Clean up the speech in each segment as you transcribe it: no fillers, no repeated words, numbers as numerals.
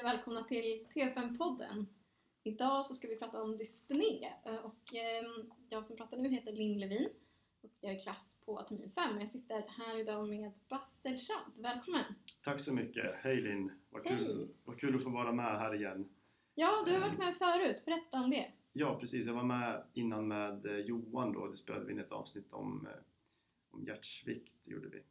välkomna till T5-podden. Idag så ska vi prata om dyspné och jag som pratar nu heter Linn Levin och jag är klass på termin 5. Jag sitter här idag med Bastel Chad. Välkommen! Tack så mycket! Hej Linn! Vad kul att få vara med här igen. Ja, du har varit med förut. Berätta om det. Ja, precis. Jag var med innan med Johan då. Det spelade vi in ett avsnitt om hjärtsvikt, gjorde vi.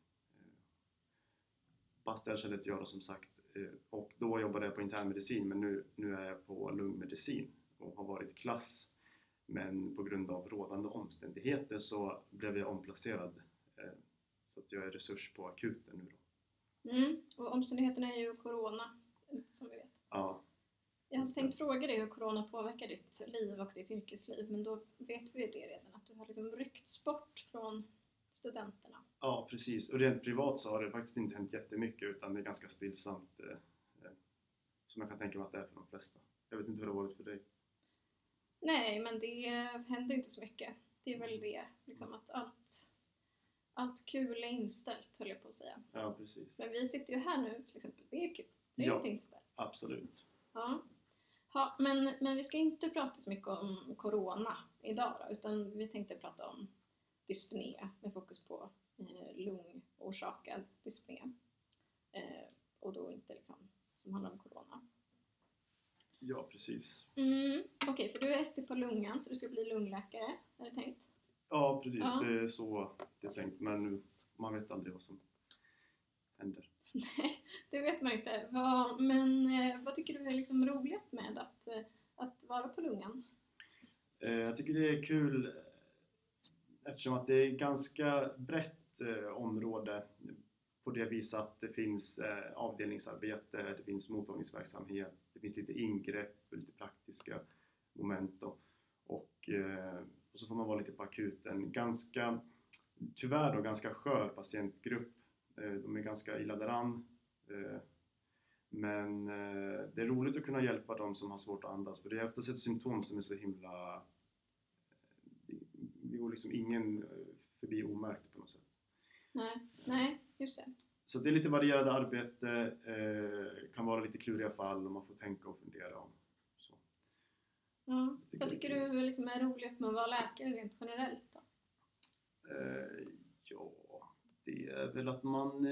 Bastel Chad heter jag då, som sagt. Och då jobbade jag på internmedicin, men nu är jag på lungmedicin och har varit klass. Men på grund av rådande omständigheter så blev jag omplacerad. Så att jag är resurs på akuten nu då. Och omständigheterna är ju corona, som vi vet. Ja. Jag hade tänkt fråga dig hur corona påverkar ditt liv och ditt yrkesliv, men då vet vi det redan, att du har liksom ryckts bort från studenterna. Ja, precis. Och rent privat så har det faktiskt inte hänt jättemycket, utan det är ganska stillsamt, som jag kan tänka mig att det är för de flesta. Jag vet inte hur det har varit för dig. Nej, men det händer inte så mycket. Det är väl det, liksom att allt kul är inställt, höll jag på att säga. Ja, precis. Men vi sitter ju här nu, till exempel. Det är kul. Det är inte inställt. Absolut. Ja, men vi ska inte prata så mycket om corona idag då, utan vi tänkte prata om dyspné med fokus på lungorsakad dyspné. Och då inte liksom som handlar om corona. Ja, precis. Okej, för du är ST på lungan så du ska bli lungläkare, är det tänkt? Ja, precis. Ja. Det är så det är tänkt. Men man vet aldrig vad som händer. Nej, det vet man inte. Vad tycker du är liksom roligast med att vara på lungan? Jag tycker det är kul eftersom att det är ett ganska brett område på det viset att det finns avdelningsarbete, det finns mottagningsverksamhet, det finns lite ingrepp, lite praktiska moment och så får man vara lite på akuten. Tyvärr ganska skör patientgrupp. De är ganska illa däran. Men det är roligt att kunna hjälpa dem som har svårt att andas. För det är oftast ett symptom som är så himla... Det går liksom ingen förbi omärkt på något sätt. Nej, just det. Så det är lite varierade arbete. Kan vara lite kluriga fall och man får tänka och fundera om. Så. Ja. Vad tycker du liksom är roligast med att vara läkare rent generellt då? Ja, det är väl att man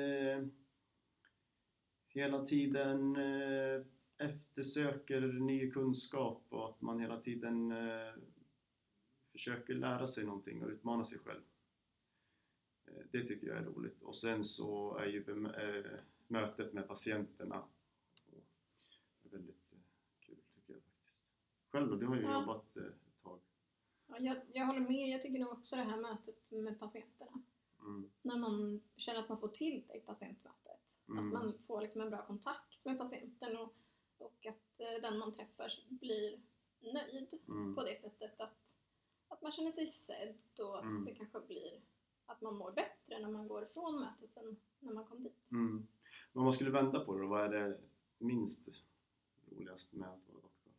hela tiden eftersöker ny kunskap och att man hela tiden försöker lära sig någonting och utmana sig själv. Det tycker jag är roligt. Och sen så är ju mötet med patienterna väldigt kul, tycker jag faktiskt. Själv då, du har ju jobbat ett tag. Ja, jag håller med. Jag tycker nog också det här mötet med patienterna. När man känner att man får till det i patientmötet. Att man får liksom en bra kontakt med patienten och att den man träffar blir nöjd på det sättet att man känner sig sedd och att det kanske blir att man mår bättre när man går ifrån mötet än när man kom dit. Men om man skulle vända på det, vad är det minst roligast med att vara doktor?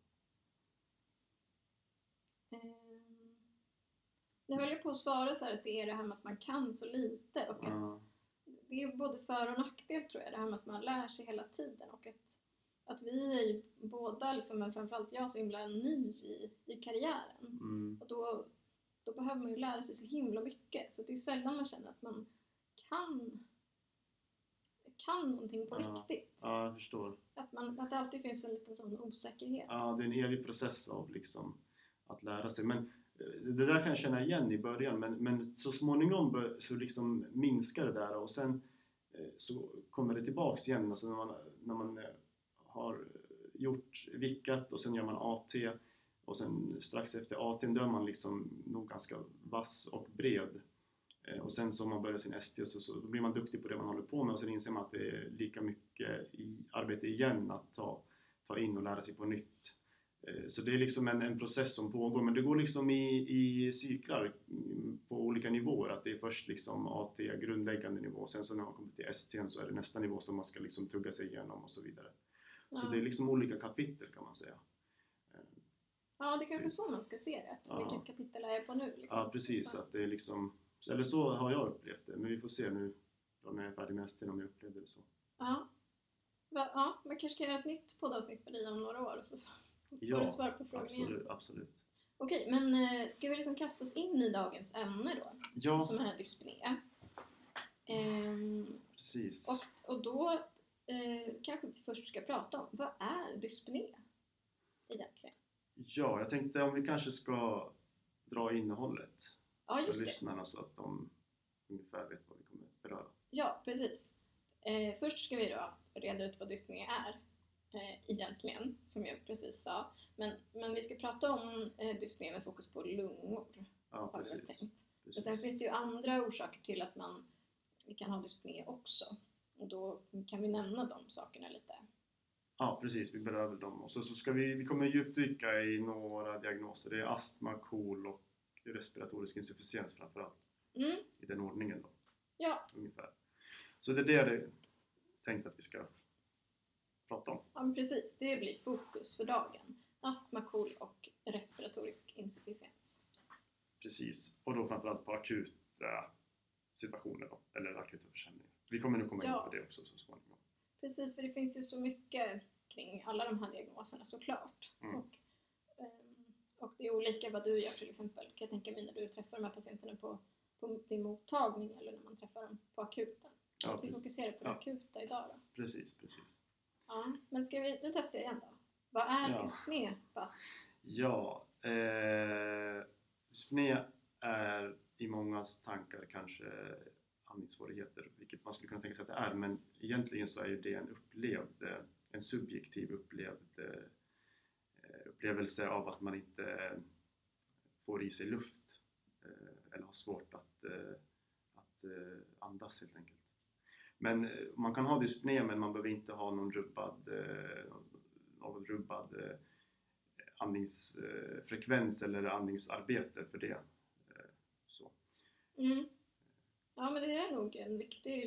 Nu höll jag på att svara så här att det är det här med att man kan så lite och att det är både för- och nackdel, tror jag, det här med att man lär sig hela tiden och att vi är ju båda, liksom, men framförallt jag, så himla ny i karriären. Och då behöver man ju lära sig så himla mycket, så det är sällan man känner att man kan någonting på riktigt. Ja, jag förstår. Att det alltid finns en liten sån osäkerhet. Ja, det är en evig process av liksom att lära sig. Men det där kan jag känna igen i början, men så småningom så liksom minskar det där och sen så kommer det tillbaks igen. Alltså när man har gjort vickat och sen gör man AT och sen strax efter AT då är man liksom nog ganska vass och bred. Och sen så om man börjar sin ST så då blir man duktig på det man håller på med och sen inser man att det är lika mycket i arbete igen att ta in och lära sig på nytt. Så det är liksom en process som pågår, men det går liksom i cyklar på olika nivåer. Att det är först liksom AT, grundläggande nivå, sen så när man kommer till ST så är det nästa nivå som man ska liksom tugga sig igenom och så vidare. Ja. Så det är liksom olika kapitel, kan man säga. Ja, det är kanske så man ska se det. Vilket kapitel är jag på nu? Liksom. Ja, precis. Så. Att det är liksom, eller så har jag upplevt det, men vi får se nu då när jag är färdig med ST om jag upplevde det så. Ja. Ja, man kanske kan göra ett nytt poddavsnitt med dig om några år och så får du svar på frågan igen. Absolut. Okej, men ska vi liksom kasta oss in i dagens ämne då? Ja. Som är dyspné. Precis. Och då kanske vi först ska prata om, vad är dyspné egentligen? Ja, jag tänkte om vi kanske ska dra innehållet för lyssnarna så att de ungefär vet vad vi kommer att beröra. Ja, precis. Först ska vi då reda ut vad dyspné är egentligen, som jag precis sa. Men vi ska prata om dyspné med fokus på lungor, har vi väl tänkt. Men sen finns det ju andra orsaker till att vi kan ha dyspné också. Och då kan vi nämna de sakerna lite. Ja, precis. Vi berör väl dem. Och så ska vi kommer djupdyka i några diagnoser. Det är astma, KOL och respiratorisk insufficiens framförallt. I den ordningen då. Ja. Ungefär. Så det är det jag tänkt att vi ska prata om. Ja, men precis. Det blir fokus för dagen. Astma, KOL och respiratorisk insufficiens. Precis. Och då framförallt på akuta situationer då. Eller akuta försämringar. Vi kommer nu komma in på det också så småningom. Precis, för det finns ju så mycket kring alla de här diagnoserna såklart. Och det är olika vad du gör till exempel. Kan jag tänka mig när du träffar de här patienterna på din mottagning eller när man träffar dem på akuten. Ja, vi fokuserar på det akuta idag då. Precis. Ja, men nu testar jag igen då. Vad är dyspné, Bas? Ja, dyspné är i mångas tankar kanske andningssvårigheter, vilket man skulle kunna tänka sig att det är, men egentligen så är ju det en subjektiv upplevelse av att man inte får i sig luft eller har svårt att andas helt enkelt. Men man kan ha dyspné, men man behöver inte ha någon rubbad andningsfrekvens eller andningsarbete för det. Så. Ja, men det är nog en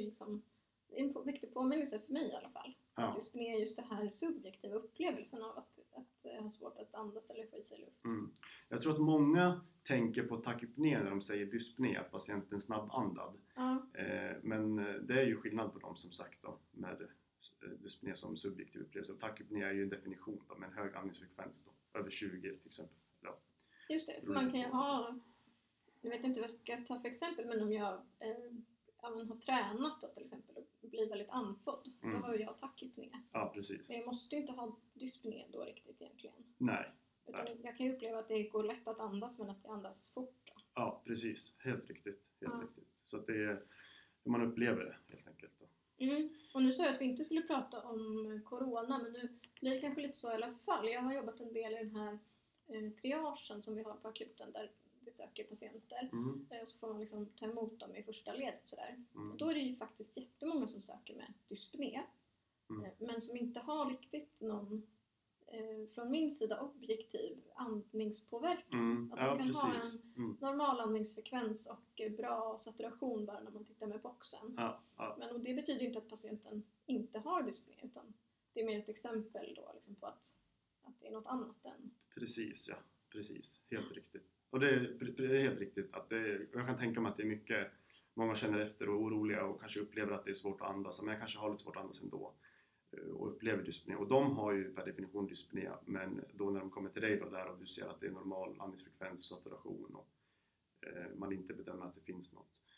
viktig påminnelse för mig i alla fall. Att dyspné är just det här subjektiva upplevelsen av att ha svårt att andas eller få i sig luft. Jag tror att många tänker på tachypné när de säger dyspné, att patienten är snabbandad. Men det är ju skillnad på dem som sagt då, med dyspné som subjektiv upplevelse. Tachypné är ju en definition då, med en hög andningsfrekvens då, över 20 till exempel. Ja. Just det, för man kan ju ha, jag vet inte vad jag ska ta för exempel, men om jag har tränat då till exempel och blir väldigt andfådd, då har jag tachypné. Ja, precis. Men jag måste ju inte ha dyspné då riktigt egentligen. Nej. Utan jag kan ju uppleva att det går lätt att andas, men att jag andas fort då. Ja, precis. Helt riktigt. Så att det är hur man upplever det helt enkelt då. Och nu sa jag att vi inte skulle prata om corona, men nu blir det kanske lite så i alla fall. Jag har jobbat en del i den här triagen som vi har på akuten där vi söker patienter. Och så får man liksom ta emot dem i första ledet sådär. Och då är det ju faktiskt jättemånga som söker med dyspné. Men som inte har riktigt någon från min sida objektiv andningspåverkan. Att de kan ha en normal andningsfrekvens och bra saturation bara när man tittar med boxen. Men och det betyder inte att patienten inte har dyspné, utan det är mer ett exempel då liksom på att det är något annat än... Precis. Helt riktigt. Och det är helt riktigt att jag kan tänka mig att det är mycket många känner efter och är oroliga och kanske upplever att det är svårt att andas, men jag kanske har lite svårt att andas ändå och upplever dyspné. Och de har ju per definition dyspné, men då när de kommer till dig då där och du ser att det är normal andningsfrekvens och saturation och man inte bedömer att det finns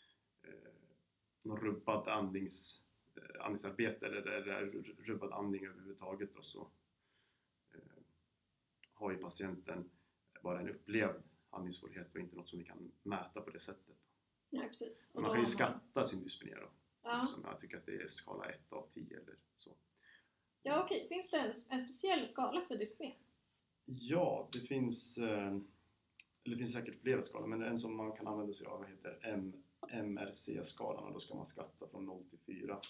någon rubbad andningsarbete eller rubbad andning överhuvudtaget då, så har ju patienten bara en upplevd andningssvårighet och inte något som vi kan mäta på det sättet. Ja, precis. Och man kan ju skatta sin dyspné då. Som jag tycker att det är skala 1 av 10 eller så. Ja, okej. Finns det en speciell skala för dyspné? Ja, det finns säkert flera skalor, men en som man kan använda sig av heter MRC-skalan, och då ska man skatta från 0 till 4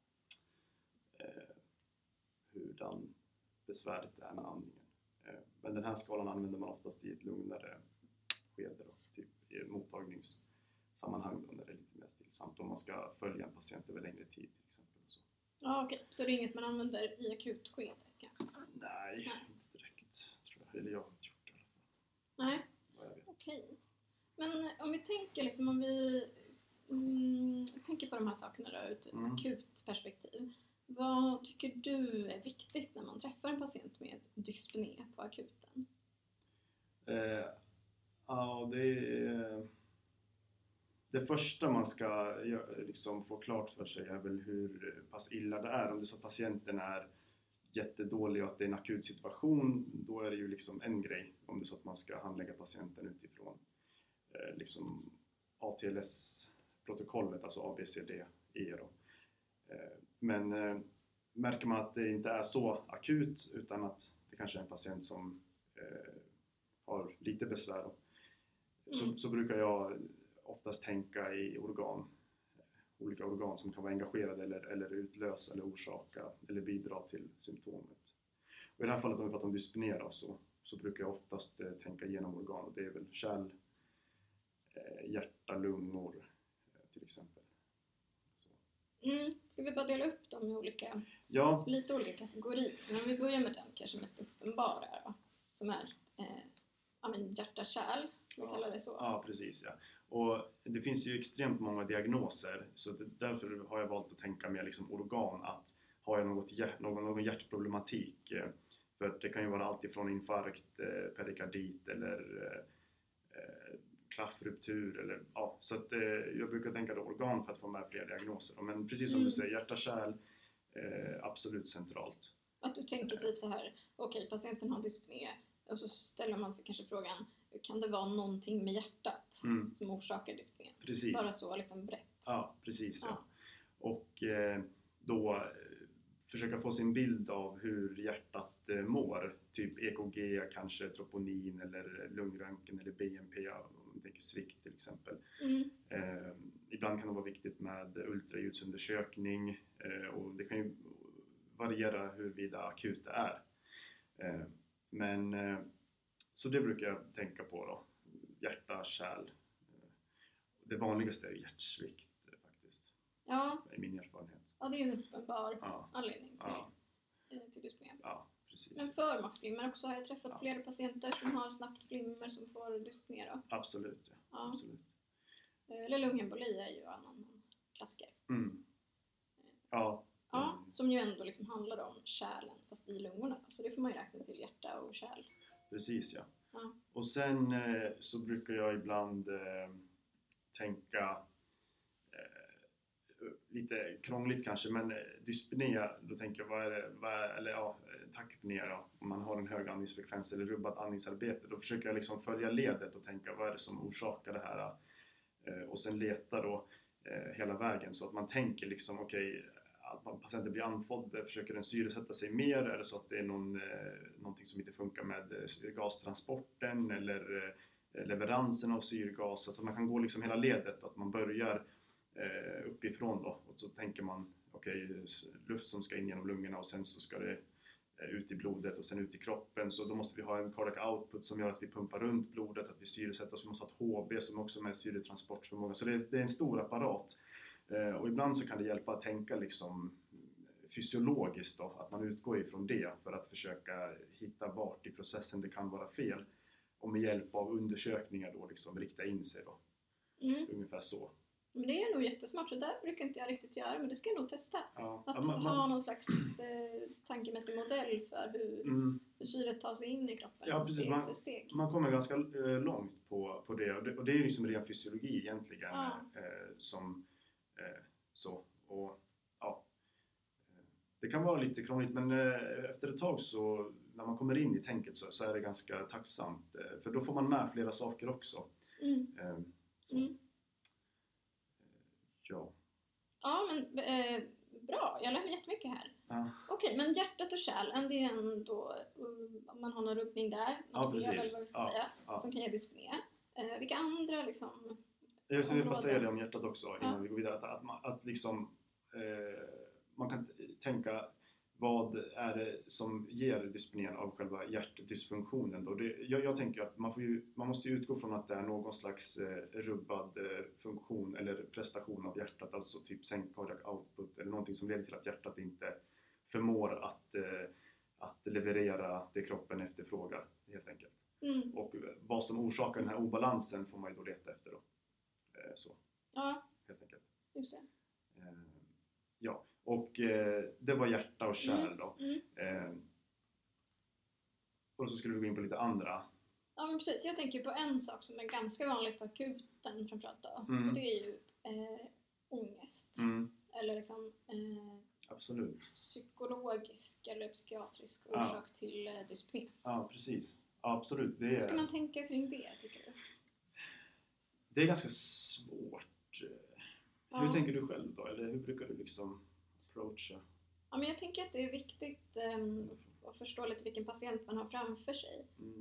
hurdan besvärligt det är med andningen. Men den här skalan använder man oftast i ett lugnare skede då, typ i mottagningssammanhang då, när det är lite mer stillsamt, om man ska följa en patient över längre tid till exempel. Så. Ja, okej. Så det är inget man använder i akutskedet kanske? Nej, inte direkt tror jag. Eller jag har inte gjort det i alla fall. Nej, okej. Men om vi tänker liksom, tänker på de här sakerna då, ur ett akut perspektiv. Vad tycker du är viktigt när man träffar en patient med dyspné på akuten? Ja, det första man ska liksom få klart för sig är väl hur pass illa det är. Om det är så att patienten är jättedålig och att det är en akut situation, då är det ju liksom en grej. Om det är så att man ska handlägga patienten utifrån liksom ATLS-protokollet, alltså ABCDE då. Men märker man att det inte är så akut utan att det kanske är en patient som har lite besvär då, så brukar jag oftast tänka i olika organ som kan vara engagerade eller utlösa eller orsaka eller bidra till symptomet. Och i det här fallet om vi pratar om dyspné då, så brukar jag oftast tänka igenom organ, och det är väl kärl, hjärta, lungor till exempel. Ska vi bara dela upp dem i lite olika kategorier? Men om vi börjar med den kanske mest uppenbara då, som är hjärta-kärl, som vi kallar det så. Ja, precis. Ja. Och det finns ju extremt många diagnoser, så därför har jag valt att tänka mer liksom organ, att har jag någon hjärtproblematik, för att det kan ju vara allt ifrån infarkt, perikardit eller klaffruptur eller ja, så att jag brukar tänka då organ för att få med fler diagnoser. Men precis som du säger, hjärta-kärl absolut centralt. Att du tänker typ så här, okej, patienten har dyspné, och så ställer man sig kanske frågan, kan det vara någonting med hjärtat som orsakar dyspné? Precis. Bara så liksom brett. Ja, precis. Ja. Och då försöka få sin bild av hur hjärtat mår. Typ EKG, kanske troponin eller lungröntgen eller BNP, om man tänker svikt till exempel. Ibland kan det vara viktigt med ultraljudsundersökning, och det kan ju variera huruvida akut det är. Men så det brukar jag tänka på då. Hjärta, kärl. Det vanligaste är hjärtsvikt faktiskt. Ja. I min erfarenhet. Ja, det är en uppenbar anledning till dyspné. Ja, precis. Men förmaksflimmer också, har jag träffat flera patienter som har snabbt flimmer som får dyspné då. Absolut, ja. Absolut. Eller lungemboli är ju en annan klassiker. Ja. Ja, som ju ändå liksom handlar om kärlen fast i lungorna. Så det får man ju räkna till hjärta och kärl. Precis, ja. Och sen så brukar jag ibland tänka lite krångligt kanske, men dyspné, då tänker jag takypné då, om man har en hög andningsfrekvens eller rubbat andningsarbete, då försöker jag liksom följa ledet och tänka vad är det som orsakar det här, och sen leta då hela vägen, så att man tänker liksom att patienten blir andfådd, försöker den syresätta sig mer, är det så att det är någonting som inte funkar med gastransporten eller leveransen av syrgas, så att man kan gå liksom hela ledet, att man börjar uppifrån då, och så tänker man luft som ska in genom lungorna och sen så ska det ut i blodet och sen ut i kroppen, så då måste vi ha en cardiac output som gör att vi pumpar runt blodet, att vi syresätter oss, vi måste ha ett HB som också med syretransportförmåga, så det är en stor apparat. Och ibland så kan det hjälpa att tänka liksom fysiologiskt då, att man utgår ifrån det för att försöka hitta vart i processen det kan vara fel, och med hjälp av undersökningar då liksom rikta in sig då. Ungefär så. Men det är nog jättesmart, så där brukar inte jag riktigt göra, men det ska jag nog testa. Ja. Att ha någon slags tankemässig modell för hur syret tar sig in i kroppen. Ja, precis. Steg för steg. Man kommer ganska långt på det, och det är liksom ren fysiologi egentligen. Så. Och ja, det kan vara lite krångligt, men efter ett tag så när man kommer in i tänket så är det ganska tacksamt, för då får man med flera saker också. Ja, men bra. Jag lär mig jättemycket här. Ja. Okej, men hjärtat och kärlen, det är ändå om man har någon rubbning där, något fel eller vad vi ska säga, som kan ge dyspné. Vilka andra liksom jag skulle bara säga det om hjärtat också innan vi går vidare, att liksom man kan tänka, vad är det som ger dyspnén av själva hjärtdysfunktionen då? Jag tänker att man måste utgå från att det är någon slags rubbad funktion eller prestation av hjärtat, alltså typ sänkt cardiac output eller någonting som leder till att hjärtat inte förmår att leverera det kroppen efterfrågar, helt enkelt. Och vad som orsakar den här obalansen får man ju då leta efter då. Så. Ja. Helt enkelt. Just det. Ja. Och det var hjärta och kärl då. Och så skulle vi gå in på lite andra. Ja men precis, jag tänker på en sak som är ganska vanlig på akuten framförallt då. Och det är ju ångest. Eller liksom absolut. Psykologisk eller psykiatrisk orsak till dyspné. Ja precis, ja, absolut. Hur ska man tänka kring det tycker du? Det är ganska svårt. Hur tänker du själv då? Eller hur brukar du liksom approacha? Ja, men jag tänker att det är viktigt att förstå lite vilken patient man har framför sig.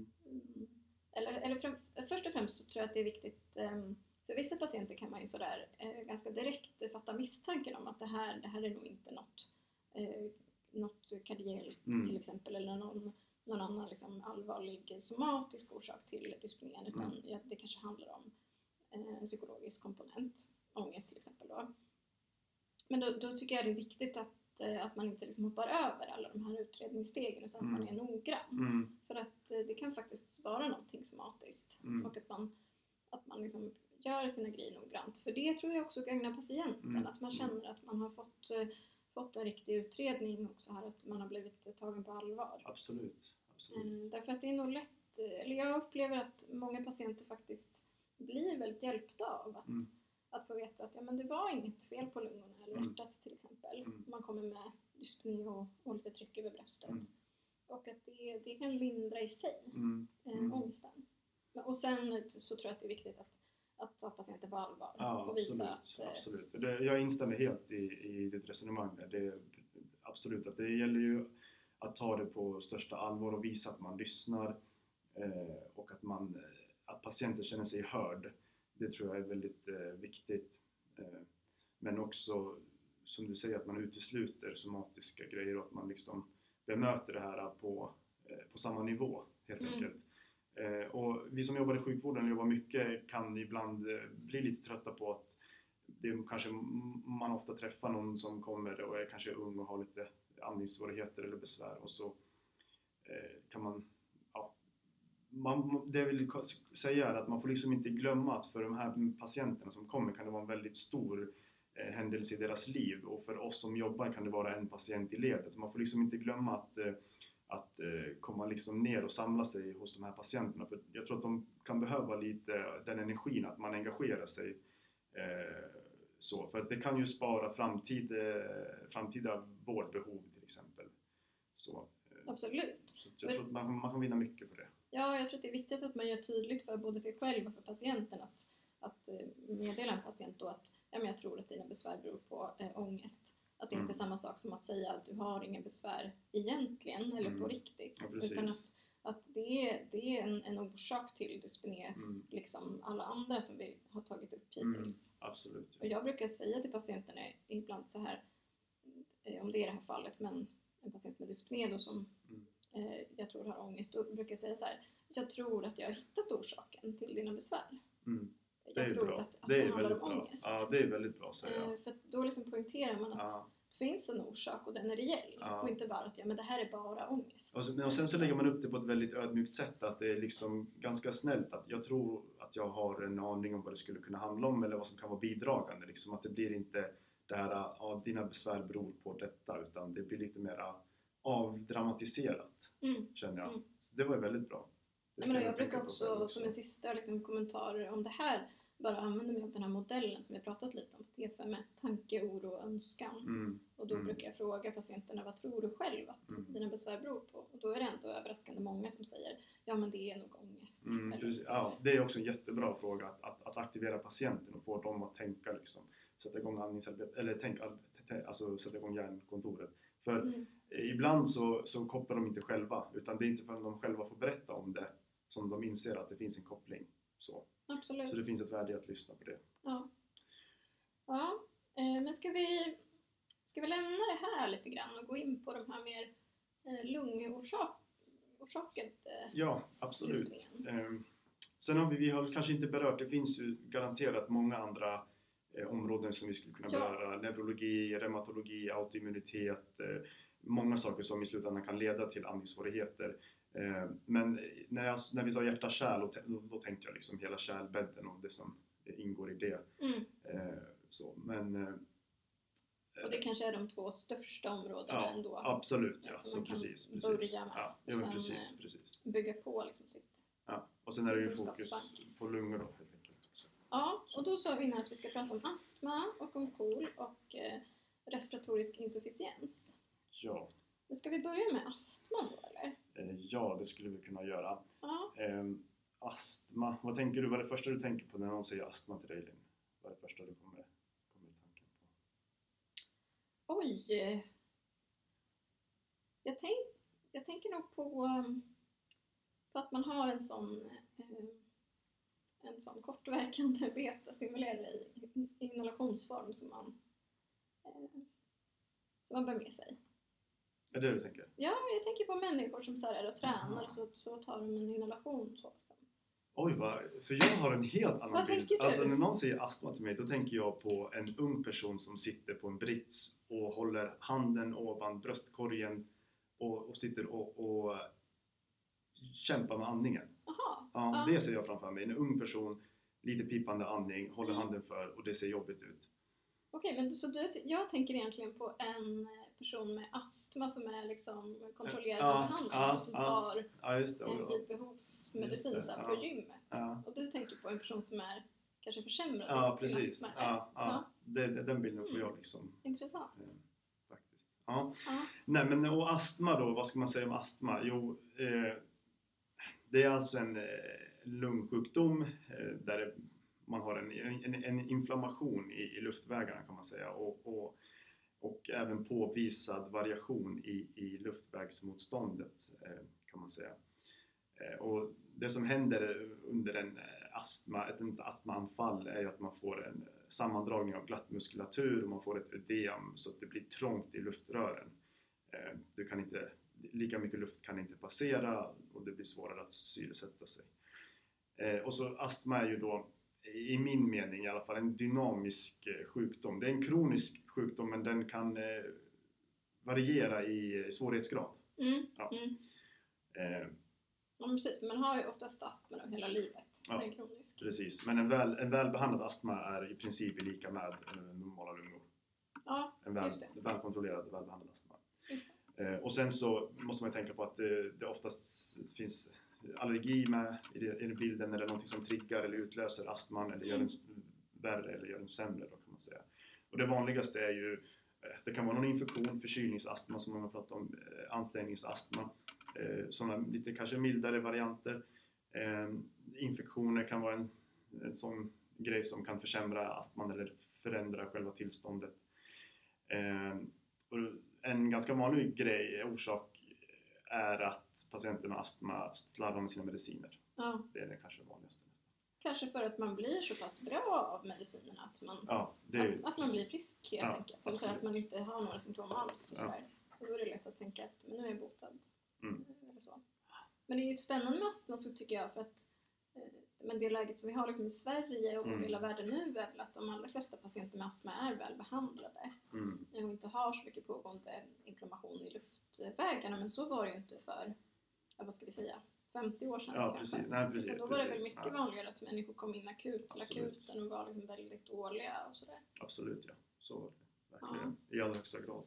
Eller först och främst så tror jag att det är viktigt, för vissa patienter kan man ju sådär ganska direkt fatta misstanken om att det här är nog inte något kardiellt till exempel, eller någon annan liksom allvarlig somatisk orsak till dyspnén, utan det kanske handlar om en psykologisk komponent, ångest till exempel då. Men då tycker jag det är viktigt att man inte liksom hoppar över alla de här utredningsstegen, utan att man är noggrann. För att det kan faktiskt vara någonting somatiskt. Och att man liksom gör sina grejer noggrant. För det tror jag också gagnar patienten. Att man känner att man har fått en riktig utredning och så här, att man har blivit tagen på allvar. Absolut. Därför att det är nog lätt, eller jag upplever att många patienter faktiskt blir väldigt hjälpta av att få veta att men det var inget fel på lungorna eller hjärtat till exempel. Man kommer med dyspné och lite tryck över bröstet. Och att det kan lindra i sig ångesten. Och sen så tror jag att det är viktigt att ta patienter på allvar och visa att... Absolut. Jag instämmer helt i ditt resonemang där. Det är absolut att det gäller ju att ta det på största allvar och visa att man lyssnar och att patienten känner sig hörd. Det tror jag är väldigt viktigt. Men också, som du säger, att man utesluter somatiska grejer och att man liksom bemöter det här på samma nivå, helt enkelt. Och vi som jobbar i sjukvården och jobbar mycket kan ibland bli lite trötta på att man ofta träffar någon som kommer och är kanske ung och har lite andningssvårigheter eller besvär, och så kan det jag vill säga är att man får liksom inte glömma att för de här patienterna som kommer kan det vara en väldigt stor händelse i deras liv, och för oss som jobbar kan det vara en patient i ledet. Så man får liksom inte glömma att komma liksom ner och samla sig hos de här patienterna, för jag tror att de kan behöva lite den energin, att man engagerar sig så, för att det kan ju spara framtida vårdbehov till exempel. Så, absolut. Så jag tror att man kan vinna mycket på det. Ja, jag tror att det är viktigt att man gör tydligt för både sig själv och för patienten att meddela en patient då att jag tror att dina besvär beror på ångest. Att det inte är samma sak som att säga att du har ingen besvär egentligen eller på riktigt. Ja, utan att det är en orsak till dyspné, liksom alla andra som vi har tagit upp hittills. Absolut. Och jag brukar säga till patienterna ibland så här, om det är det här fallet, men en patient med dyspné då som jag tror har ångest, då brukar jag säga så här: jag tror att jag har hittat orsaken till dina besvär. Jag tror att det handlar om ångest. Ja, det är väldigt bra att säga. För då liksom poängterar man att det finns en orsak och den är reell. Och inte bara att men det här är bara ångest. Och sen så lägger man upp det på ett väldigt ödmjukt sätt, att det är liksom ganska snällt att jag tror att jag har en aning om vad det skulle kunna handla om eller vad som kan vara bidragande. Liksom att det blir inte det här dina besvär beror på detta, utan det blir lite mer avdramatiserat, känner jag. Så det var väldigt bra. Men jag brukar också som en sista liksom, kommentar om det här bara använda mig av den här modellen som vi pratat lite om, T5, tanke, oro och önskan. Och då brukar jag fråga patienterna: vad tror du själv att dina besvär beror på? Och då är det ändå överraskande många som säger men det är nog ångest. Det är också en jättebra fråga att aktivera patienten och få dem att tänka liksom, sätta igång andningsarbete, eller sätta igång hjärnkontoret. För ibland så kopplar de inte själva, utan det är inte förrän de själva får berätta om det som de inser att det finns en koppling. Så. Absolut. Så det finns ett värde att lyssna på det. Men ska vi lämna det här lite grann och gå in på de här mer lungorsaken? Ja, absolut. Sen har vi har kanske inte berört, det finns ju garanterat många andra områden som vi skulle kunna beröra. Neurologi, reumatologi, autoimmunitet, många saker som i slutändan kan leda till andningssvårigheter. Men när vi sa hjärta-kärl, då tänkte jag liksom hela kärlbädden och det som ingår i det. Men Och det kanske är de 2 största områdena ändå. Absolut, ja. Så så man kan precis. börja med. Ja, och sen precis. bygga på liksom sitt. Ja, och sen är det ju fokus på lungor då helt enkelt också. Ja, och då sa vi innan att vi ska prata om astma och om KOL och respiratorisk insufficiens. Ja. Men ska vi börja med astma då eller? Ja, det skulle vi kunna göra. Ja. Astma, vad tänker du? Vad är det första du tänker på när någon säger astma till dig, Linn? Vad är det första du kommer i tanken på? Oj! Jag tänker nog på att man har en sån kortverkande beta-stimulerare i inhalationsform som man bär med sig. Är det du tänker? Ja, jag tänker på människor som så här är och tränar så tar de en inhalation så. Oj, för jag har en helt annan Vad bild. tänker du? Alltså när någon säger astma till mig, då tänker jag på en ung person som sitter på en brits och håller handen ovan bröstkorgen och sitter och kämpar med andningen. Aha. Ja, det ser jag framför mig. En ung person, lite pipande andning, håller handen för och det ser jobbigt ut. Okej, men jag tänker egentligen på en person med astma som är liksom kontrollerad och behandlad och som tar en vidbehovsmedicin på gymmet. Ja. Och du tänker på en person som är kanske försämrad. Ja, precis. Den bilden får jag liksom. Intressant. Faktiskt. Ja. Nej, men och astma då, vad ska man säga om astma? Jo, det är alltså en lungsjukdom där man har en inflammation i luftvägarna kan man säga och även påvisad variation i luftvägsmotståndet kan man säga. Och det som händer under ett astmaanfall är ju att man får en sammandragning av glattmuskulatur och man får ett ödem så att det blir trångt i luftrören. Lika mycket luft kan inte passera och det blir svårare att syresätta sig. Och så astma är ju då i min mening i alla fall en dynamisk sjukdom. Det är en kronisk sjukdom men den kan variera i svårighetsgrad. Ja, precis. Man har ju oftast astma hela livet. Ja, den är kronisk. Precis. Men en välbehandlad astma är i princip lika med normala lungor. Ja, en välkontrollerad, välbehandlad astma. Och sen så måste man tänka på att det oftast finns allergi med i bilden eller någonting som triggar eller utlöser astman eller gör den värre eller gör den sämre då kan man säga. Och det vanligaste är ju det kan vara någon infektion, förkylningsastma som man har pratat om, ansträngningsastma, sådana lite kanske mildare varianter. Infektioner kan vara en sån grej som kan försämra astman eller förändra själva tillståndet. Och en ganska vanlig orsak är att patienten med astma slarvar med sina mediciner. Ja. Det är kanske det vanligaste. Kanske för att man blir så pass bra av medicinerna att man blir frisk helt enkelt. Eller så att man inte har några symptom alls. Och sådär. Då är det lätt att tänka att nu är jag botad. Eller så. Men det är ju spännande med astma så tycker jag för att men det läget som vi har liksom i Sverige och hela världen nu är väl att de allra flesta patienter med astma är väl behandlade. Och inte har så mycket pågående inflammation i luftvägarna. Men så var det ju inte för, vad ska vi säga, 50 år sedan kanske. Precis. Nej, precis. Då var det väl mycket vanligare att människor kom in akut till akuten och var liksom väldigt dåliga och sådär. Absolut, ja. Så var det verkligen. I allra högsta grad.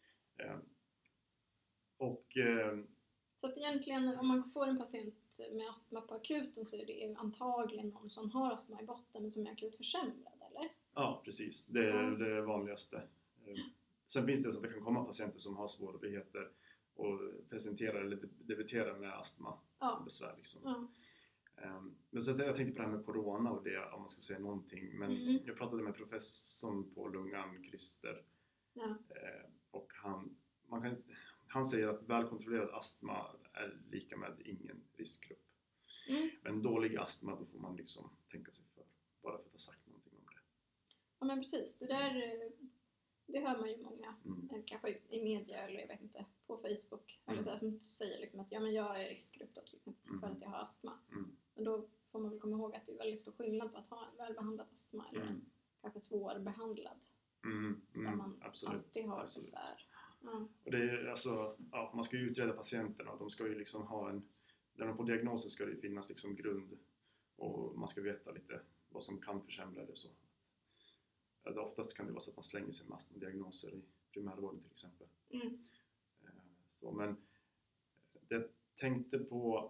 Så att egentligen om man får en patient med astma på akuten så är det antagligen någon som har astma i botten men som är akut försämrad, eller? Ja, precis. Det är det vanligaste. Sen finns det så att det kan komma patienter som har svårigheter och presentera eller debutera med astma besvär liksom. Men så jag tänkte på det här med corona och det om man ska säga någonting. Men jag pratade med professorn på lungan, Christer. Och han säger att välkontrollerad astma är lika med ingen riskgrupp. Men dålig astma, då får man liksom tänka sig för. Bara för att ha sagt någonting om det. Ja men precis, det hör man ju många, kanske i media eller jag vet inte, på Facebook eller så här, som säger liksom att men jag är riskgrupp då, till exempel, för att jag har astma. Men då får man väl komma ihåg att det är väldigt stor skillnad på att ha en välbehandlad astma eller en kanske svårbehandlad. Där man alltid har besvär. Och det är alltså, man ska ju utreda patienterna och de ska ju liksom ha när de får diagnoser ska det finnas liksom grund och man ska veta lite vad som kan försämra det så. Oftast kan det vara så att man slänger sig med astmadiagnoser i primärvården till exempel. Så, men det tänkte på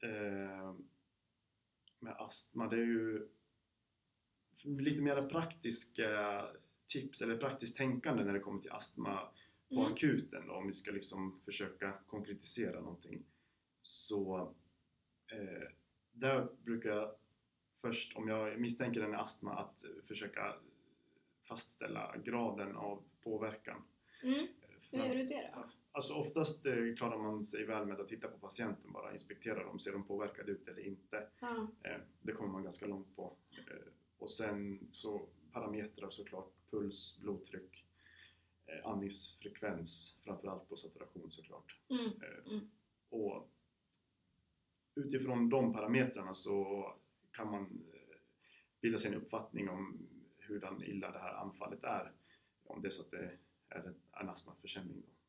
med astma, det är ju lite mer praktiska tips eller praktiskt tänkande när det kommer till astma på akuten då, om vi ska liksom försöka konkretisera någonting. Så där brukar jag först, om jag misstänker en astma, att försöka fastställa graden av påverkan. Hur gör du det då? Alltså oftast klarar man sig väl med att titta på patienten, bara inspektera dem, ser de påverkade ut eller inte. Det kommer man ganska långt på. Och sen så parametrar såklart, puls, blodtryck, andningsfrekvens, framförallt på saturation såklart. Och utifrån de parametrarna så kan man bilda sig en uppfattning om hurdan illa det här anfallet är, om det är så att det är en astmaförsämring då.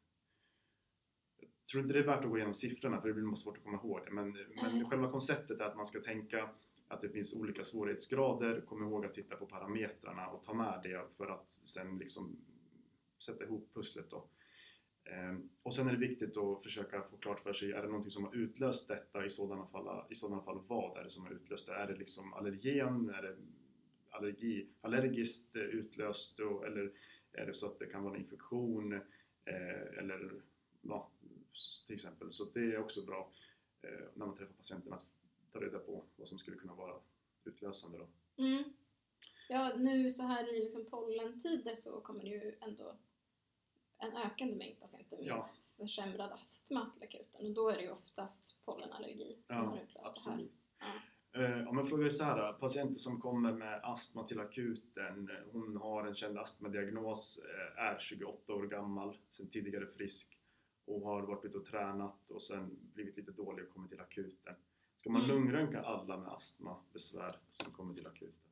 Jag tror inte det är värt att gå igenom siffrorna, för det blir svårt att komma ihåg det, men själva konceptet är att man ska tänka att det finns olika svårighetsgrader, kom ihåg att titta på parametrarna och ta med det för att sen liksom sätta ihop pusslet då. Och sen är det viktigt att försöka få klart för sig, är det någonting som har utlöst detta, i sådana fall vad är det som har utlöst det? Är det liksom allergen, är det allergiskt utlöst då, eller är det så att det kan vara en infektion eller ja, till exempel. Så det är också bra när man träffar patienten att ta reda på vad som skulle kunna vara utlösande då. Ja, nu så här i liksom pollentider så kommer det ju ändå en ökande mängd patienter med försämrad astma till akuten, och då är det ju oftast pollenallergi som har utlöst absolut. Det här. Om jag frågar så här, patienter som kommer med astma till akuten, hon har en känd astmadiagnos, är 28 år gammal, sen tidigare frisk och har varit ute och tränat och sen blivit lite dålig och kommit till akuten. Ska man lungröntga alla med astmabesvär som kommer till akuten?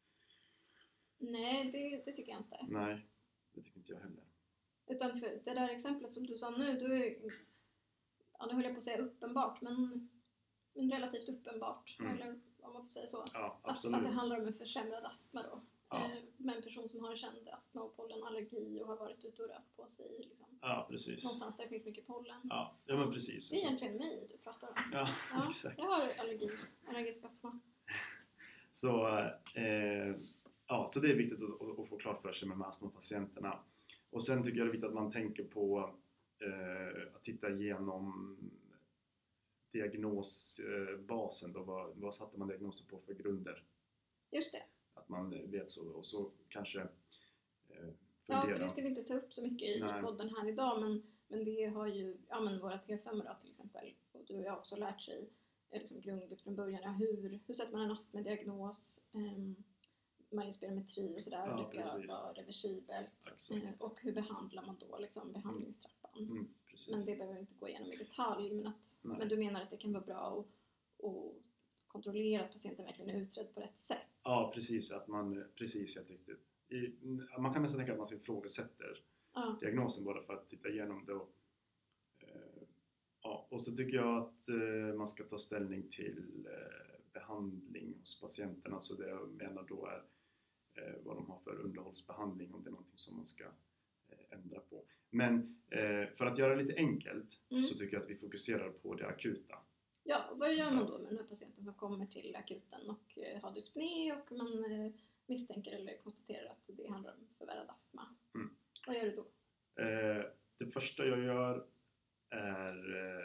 Nej, det tycker jag inte. Nej, det tycker inte jag heller. Utan för det där exemplet som du sa nu, då är, nu höll jag på att säga uppenbart, men relativt uppenbart, eller om man får säga så. Ja, att det handlar om en försämrad astma då. Med en person som har en känd astma och pollenallergi och har varit ute och rört på sig liksom. Ja, precis. Någonstans där det finns mycket pollen. Ja, men precis. Det är egentligen mig du pratar om. Ja, exakt. Jag har allergisk astma. Så, så det är viktigt att få klart för sig med astmapatienterna. Och sen tycker jag det är viktigt att man tänker på att titta igenom diagnosbasen då, vad satte man diagnoser på för grunder? Just det. Att man vet så, och så kanske Ja, för det ska vi inte ta upp så mycket i podden här idag, men det har ju, våra T5 då till exempel, och du och jag också lärt sig liksom grundligt från början, hur sätter man en astmadiagnos, man gör spirometri och sådär, och det ska vara reversibelt, och hur behandlar man då liksom behandlingstrappan. Men det behöver vi inte gå igenom i detalj, men du menar att det kan vara bra att kontrollera att patienten verkligen är utredd på rätt sätt. Ja, precis, att man helt riktigt. Man kan nästan tänka att man ifrågasätter diagnosen bara för att titta igenom det. Och så tycker jag att man ska ta ställning till behandling hos patienterna. Så det jag menar då är vad de har för underhållsbehandling, om det är någonting som man ska ändra på. Men för att göra det lite enkelt så tycker jag att vi fokuserar på det akuta. Ja, vad gör man då med den här patienten som kommer till akuten och har dyspné och man misstänker eller konstaterar att det handlar om förvärrad astma? Vad gör du då? Det första jag gör är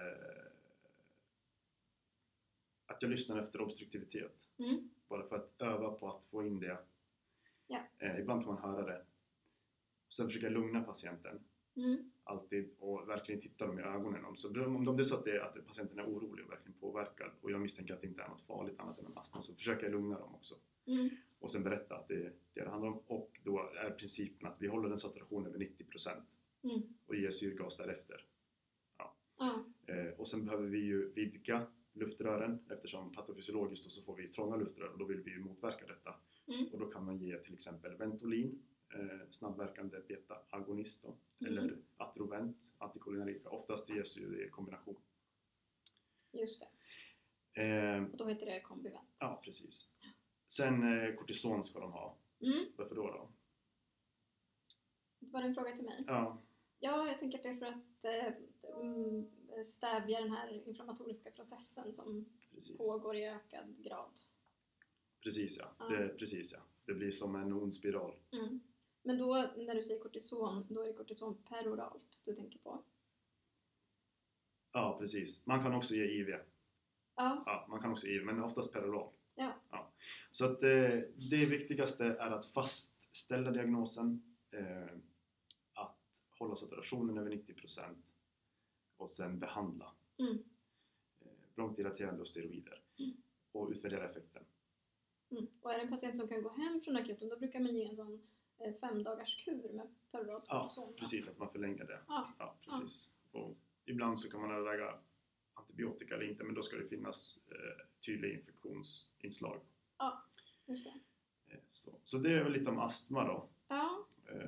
att jag lyssnar efter obstruktivitet. Bara för att öva på att få in det. Ibland kan man höra det. Sen försöker jag lugna patienten. Alltid, och verkligen titta dem i ögonen. Om det är så att patienten är orolig och verkligen påverkad och jag misstänker att det inte är något farligt annat än en astma, så försöker jag lugna dem också. Och sen berätta att det är det handlar om. Och då är principen att vi håller en saturation över 90% och ger syrgas därefter. Och sen behöver vi ju vidga luftrören, eftersom patofysiologiskt så får vi trånga luftrör, och då vill vi ju motverka detta. Och då kan man ge till exempel Ventolin, snabbverkande beta-agonist eller Atrovent, antikolinergika. Oftast ges ju det i kombination. Just det. Och då heter det kombivent. Ja, precis. Sen kortison ska de ha. Varför då? Var det en fråga till mig? Ja. Ja, jag tänker att det är för att stävja den här inflammatoriska processen som pågår i ökad grad. Precis ja. Det blir som en ond spiral. Men då när du säger kortison, då är det kortison peroralt du tänker på? Ja, precis. Man kan också ge IV. Ja, man kan också ge IV, men oftast peroral. Ja. Så att det viktigaste är att fastställa diagnosen, att hålla saturationen över 90% och sen behandla bronkidilaterande och steroider och utvärdera effekten. Och är det en patient som kan gå hem från akuten, då brukar man ge en sån 5-dagars kur med peroralt kortison. Ja, precis, att man förlänger det. Ja. Precis. Och ibland så kan man överväga antibiotika eller inte, men då ska det finnas tydliga infektionsinslag. Ja, just det. Så det är väl lite om astma då. Ja.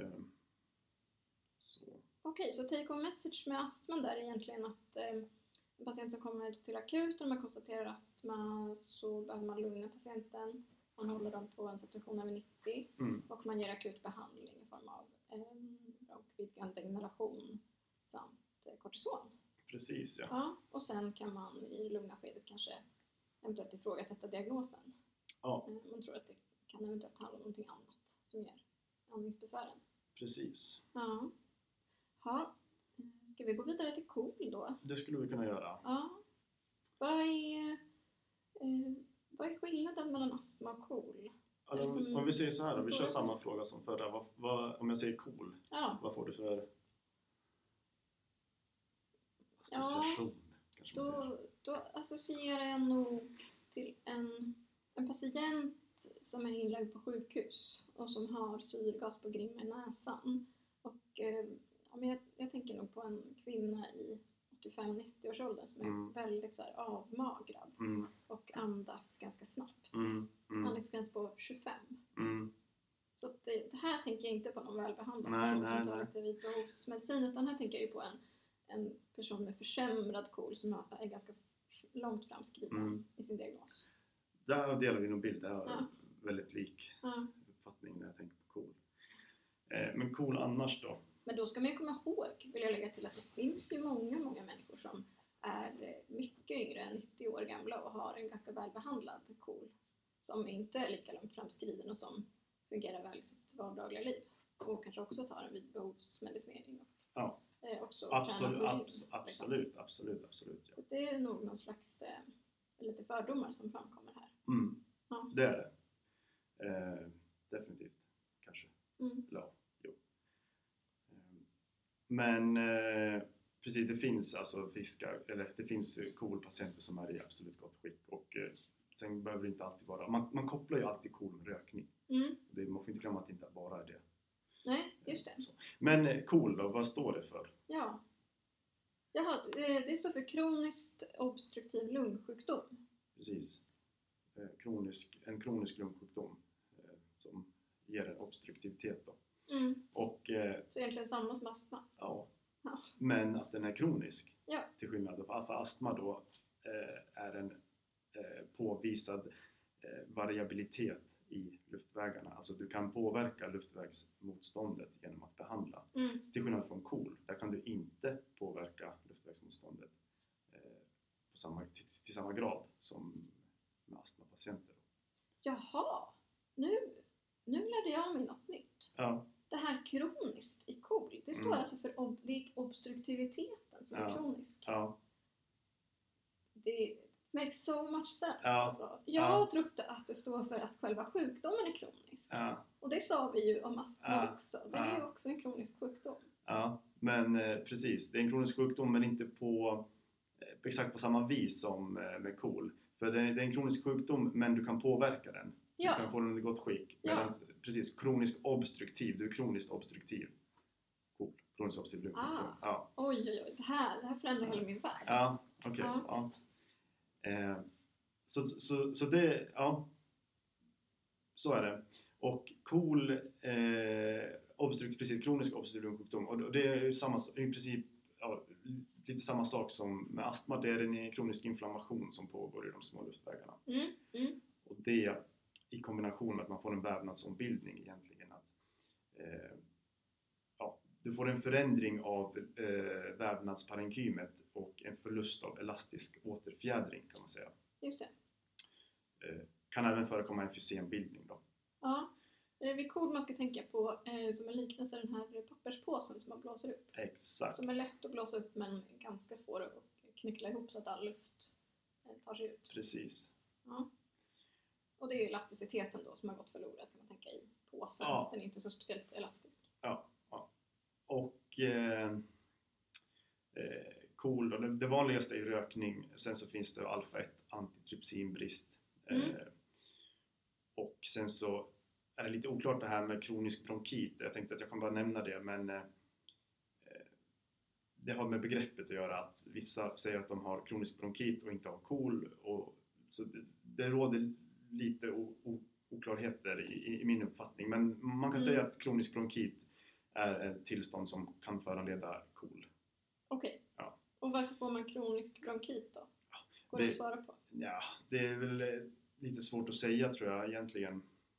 Okej, så take home message med astman där är egentligen att en patient som kommer till akuten och man konstaterar astma, så behöver man lugna patienten. Man håller dem på en saturation över 90 och man ger akut behandling i form av bronchvidgande inhalation samt kortison. Precis, ja. Ja. Och sen kan man i lugna skedet kanske eventuellt ifrågasätta diagnosen. Ja. Man tror att det kan eventuellt handla om någonting annat som ger andningsbesvären. Precis. Ja. Ska vi gå vidare till KOL då? Det skulle vi kunna göra. Ja. Vad är skillnaden mellan astma och KOL? Om vi säger så här, vi kör samma fråga som förra. Om jag säger KOL, vad får du för association? Då associerar jag nog till en patient som är inlagd på sjukhus och som har syrgasbegrimma i näsan. Och jag tänker nog på en kvinna i 85-90-årsåldern som är väldigt så här avmagrad och andas ganska snabbt. Andningsfrekvens på 25. Så att det här tänker jag inte på någon välbehandlad person som tar lite vid behovsmedicin, utan här tänker jag ju på en person med försämrad KOL som är ganska långt framskriden i sin diagnos. Där delar vi nog bild. Det är väldigt lik uppfattning när jag tänker på KOL. Men KOL annars då? Men då ska man ju komma ihåg, vill jag lägga till, att det finns ju många människor som är mycket yngre än 90 år gamla och har en ganska välbehandlad KOL som inte är lika långt framskriden och som fungerar väl i sitt vardagliga liv och kanske också tar en vid behovsmedicinering. Ja. Också absolut. Så det är nog någon slags lite fördomar som framkommer här. Ja. Det är det. Definitivt. Kanske. Ja, jo. Men precis, det finns alltså det finns KOL-patienter som är i absolut gott skick, och sen behöver det inte alltid vara, man kopplar ju alltid KOL med rökning. Man får inte glömma att det inte bara är det. Nej, just det. Men KOL då, vad står det för? Ja. Jaha, det står för kroniskt obstruktiv lungsjukdom. Precis. En kronisk lungsjukdom som ger en obstruktivitet då. Och, så egentligen samma som astma. Ja. Men att den är kronisk. Ja. Till skillnad för astma då är en påvisad variabilitet i luftvägarna. Alltså du kan påverka luftvägsmotståndet genom att behandla. Till skillnad från KOL, där kan du inte påverka luftvägsmotståndet till samma grad som med astmapatienter. Jaha, nu lärde jag mig något nytt. Ja. Det här kroniskt i KOL, det står alltså för det är obstruktiviteten som är kronisk. Ja. Det makes so much sense. Ja. Alltså. Jag trodde att det står för att själva sjukdomen är kronisk. Ja. Och det sa vi ju om astma också. Det är ju också en kronisk sjukdom. Ja, men precis. Det är en kronisk sjukdom, men inte på exakt på samma vis som med KOL. För det är en kronisk sjukdom, men du kan påverka den. Du kan få den i gott skick. Medan precis, kronisk obstruktiv. Du är kroniskt obstruktiv. KOL. Kroniskt obstruktiv lungsjukdom. Ja. Oj. Det här förändrar hela min värld. Ja, okej. Ja. Så det, så är det. Och KOL, precis, kronisk obstruktiv lungsjukdom. Och det är i princip lite samma sak som med astma. Det är en kronisk inflammation som pågår i de små luftvägarna. Och det i kombination med att man får en vävnadsombildning egentligen. Att, du får en förändring av vävnadsparenkymet och en förlust av elastisk återfjädring kan man säga. Just det. Kan även förekomma emfysembildning då. Ja, det är KOL man ska tänka på som en liknelse den här papperspåsen som man blåser upp. Exakt. Som är lätt att blåsa upp men ganska svår att knyckla ihop så att all luft tar sig ut. Precis. Ja. Och det är elasticiteten då som har gått förlorad kan man tänka i påsen. Ja. Den är inte så speciellt elastisk. Ja. Och KOL då, det vanligaste är rökning. Sen så finns det alfa-1 antitrypsinbrist. Och sen så är det lite oklart det här med kronisk bronkit. Jag tänkte att jag kan bara nämna det, men det har med begreppet att göra att vissa säger att de har kronisk bronkit och inte har KOL. Och så det råder lite oklarheter i min uppfattning. Men man kan säga att kronisk bronkit är ett tillstånd som kan föranleda KOL. Okej. Ja. Och varför får man kronisk bronkit då? Går det att svara på? Ja, det är väl lite svårt att säga tror jag egentligen.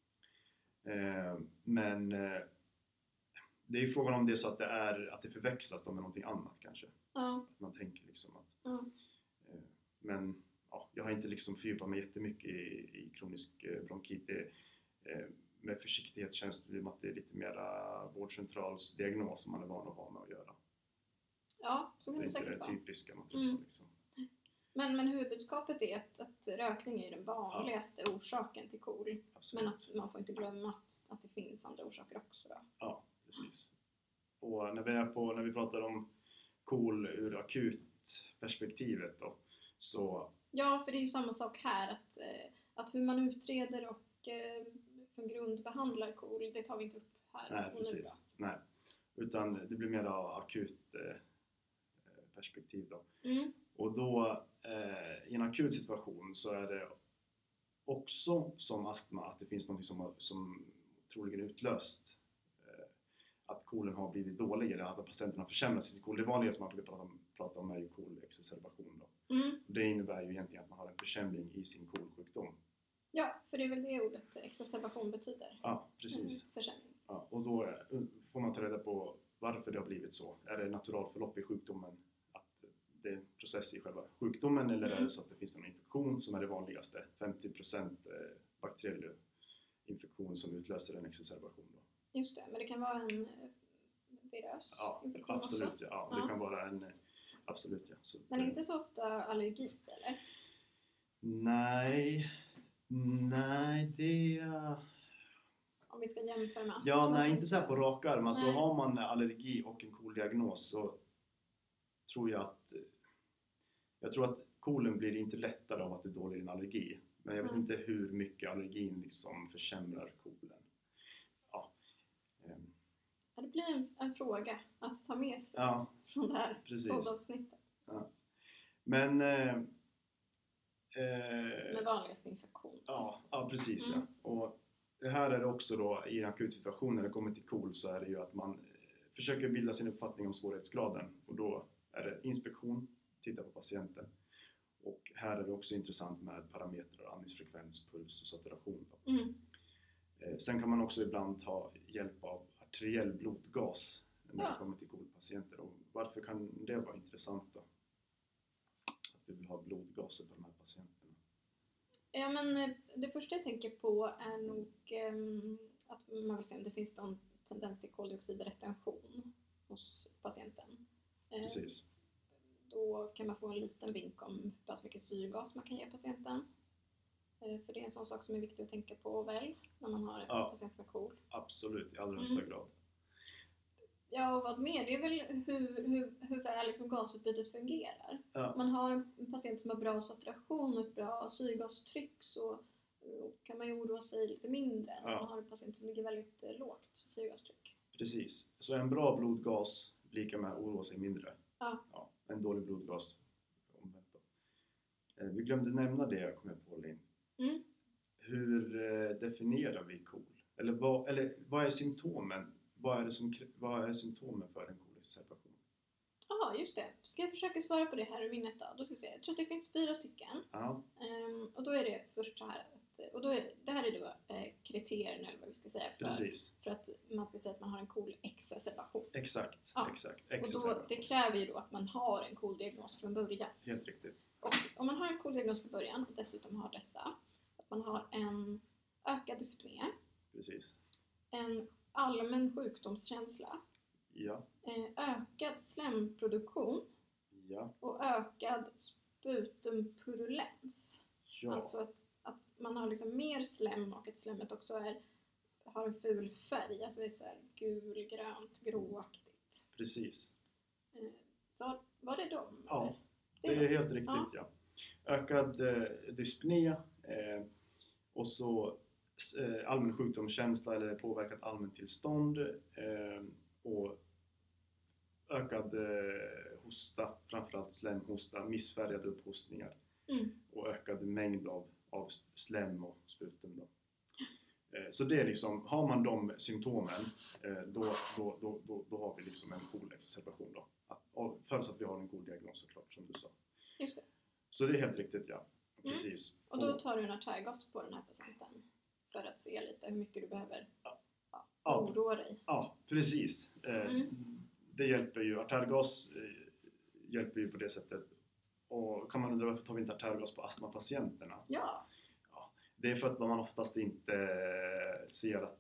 Men det är ju frågan om det är så att det förväxlas då med någonting annat kanske. Ja. Att man tänker liksom att... Ja. Men jag har inte liksom fördjupat mig jättemycket i kronisk bronkit. Med försiktighet känns det som att det är lite mera vårdcentralsdiagnos som man är van att ha med att göra. Ja, så kan det säkert vara. Det är inte det typiska man tror liksom. Men huvudbudskapet är att rökning är den vanligaste orsaken till KOL. Absolut. Men att man får inte glömma att det finns andra orsaker också då. Ja, precis. Och när vi pratar om KOL ur akut perspektivet då, så... Ja, för det är ju samma sak här. Att hur man utreder och liksom grundbehandlar KOL, det tar vi inte upp här. Nej, precis. Nej. Utan det blir mer akut perspektiv då. Mm. Och då i en akut situation så är det också som astma att det finns något som troligen utlöst att KOLen har blivit dålig eller att patienten har försämrat sin KOL. Det vanligaste man brukar prata om är ju KOL-exacerbation då. Mm. Det innebär ju egentligen att man har en försämring i sin KOL-sjukdom. Ja, för det är väl det ordet exacerbation betyder. Ja, precis. Försämring. Ja, och då får man ta reda på varför det har blivit så. Är det naturalförlopp i sjukdomen? Det är en process i själva sjukdomen eller är det så att det finns en infektion som är det vanligaste? 50% bakteriell infektion som utlöser en exacerbation då. Just det, men det kan vara en virös infektion absolut, också? Ja, det kan vara en... Absolut, ja. Så men inte så ofta allergi, eller? Nej, det är... Om vi ska jämföra med astma. Ja, nej, inte så här på rak arm. Alltså har man allergi och en KOL-diagnos så tror jag att KOLen blir inte lättare av att du är dålig i en allergi. Men jag vet inte hur mycket allergin liksom försämrar KOLen. Ja. Det blir en fråga att ta med sig från det här poddavsnittet. Ja. Men... med vanligaste infektion. Ja, precis. Ja. Och det här är det också då i en akut situation när det kommer till KOL så är det ju att man försöker bilda sin uppfattning om svårighetsgraden. Och då är det inspektion, titta på patienten. Och här är det också intressant med parametrar, andningsfrekvens, puls och saturation. Sen kan man också ibland ta hjälp av arteriell blodgas när det kommer till KOL-patienter. Och varför kan det vara intressant då? Att vi vill ha blodgaser på de här patienterna. Ja, men det första jag tänker på är nog att man vill se om det finns någon tendens till koldioxidretention hos patienten. Precis. Då kan man få en liten vink om hur pass mycket syrgas man kan ge patienten. För det är en sån sak som är viktig att tänka på väl när man har en patient med KOL. Absolut, i allra högsta grad. Ja, och vad mer? Det är väl hur väl liksom gasutbytet fungerar. Ja. Man har en patient som har bra saturation och ett bra syrgastryck så kan man ju oroa sig lite mindre än man har en patient som ligger väldigt lågt syrgastryck. Precis, så en bra blodgas lika med att oroa sig mindre. Ja. En dålig blodgas omvänt då. Vi glömde nämna det, kom jag på, Linn. Hur definierar vi KOL? Eller vad är symptomen? Vad är symptomen för en KOL-exacerbation? Ja, just det. Ska jag försöka svara på det här i minnet då? Då ska vi se. Jag tror att det finns 4 stycken. Ja. Och då är det först så här att och då det här är då kriterierna eller vad vi ska säga för att man ska säga att man har en KOL-exacerbation. Exakt. Och då, det kräver ju då att man har en KOL-diagnos från början. Helt riktigt. Och om man har en KOL-diagnos från början och dessutom har att man har en ökad dyspné. Precis. En allmän sjukdomskänsla. Ja. Ökad slemproduktion. Ja. Och ökad sputumpurulens. Ja. Alltså att man har liksom mer slem och att slemmet också har en ful färg. Alltså det är så här gul, grönt, gråaktigt. Precis. Var det dem? Ja, det är helt riktigt. Ja. Ökad dyspné och så allmän sjukdomskänsla eller påverkat allmäntillstånd och ökad hosta, framförallt slemhosta, missfärgade upphostningar och ökad mängd av slem och sputum då. Så det är liksom, har man de symptomen då har vi liksom en KOL-exacerbation då. Förutsatt att vi har en KOL-diagnos såklart som du sa. Just det. Så det är helt riktigt, ja. Precis. Och då tar du en artärgas på den här patienten för att se lite hur mycket du behöver oroa dig. Ja, precis. Det hjälper ju. Artärgas hjälper ju på det sättet. Och kan man undra varför tar vi inte artärgas på astmapatienterna? Ja. Det är för att man oftast inte ser att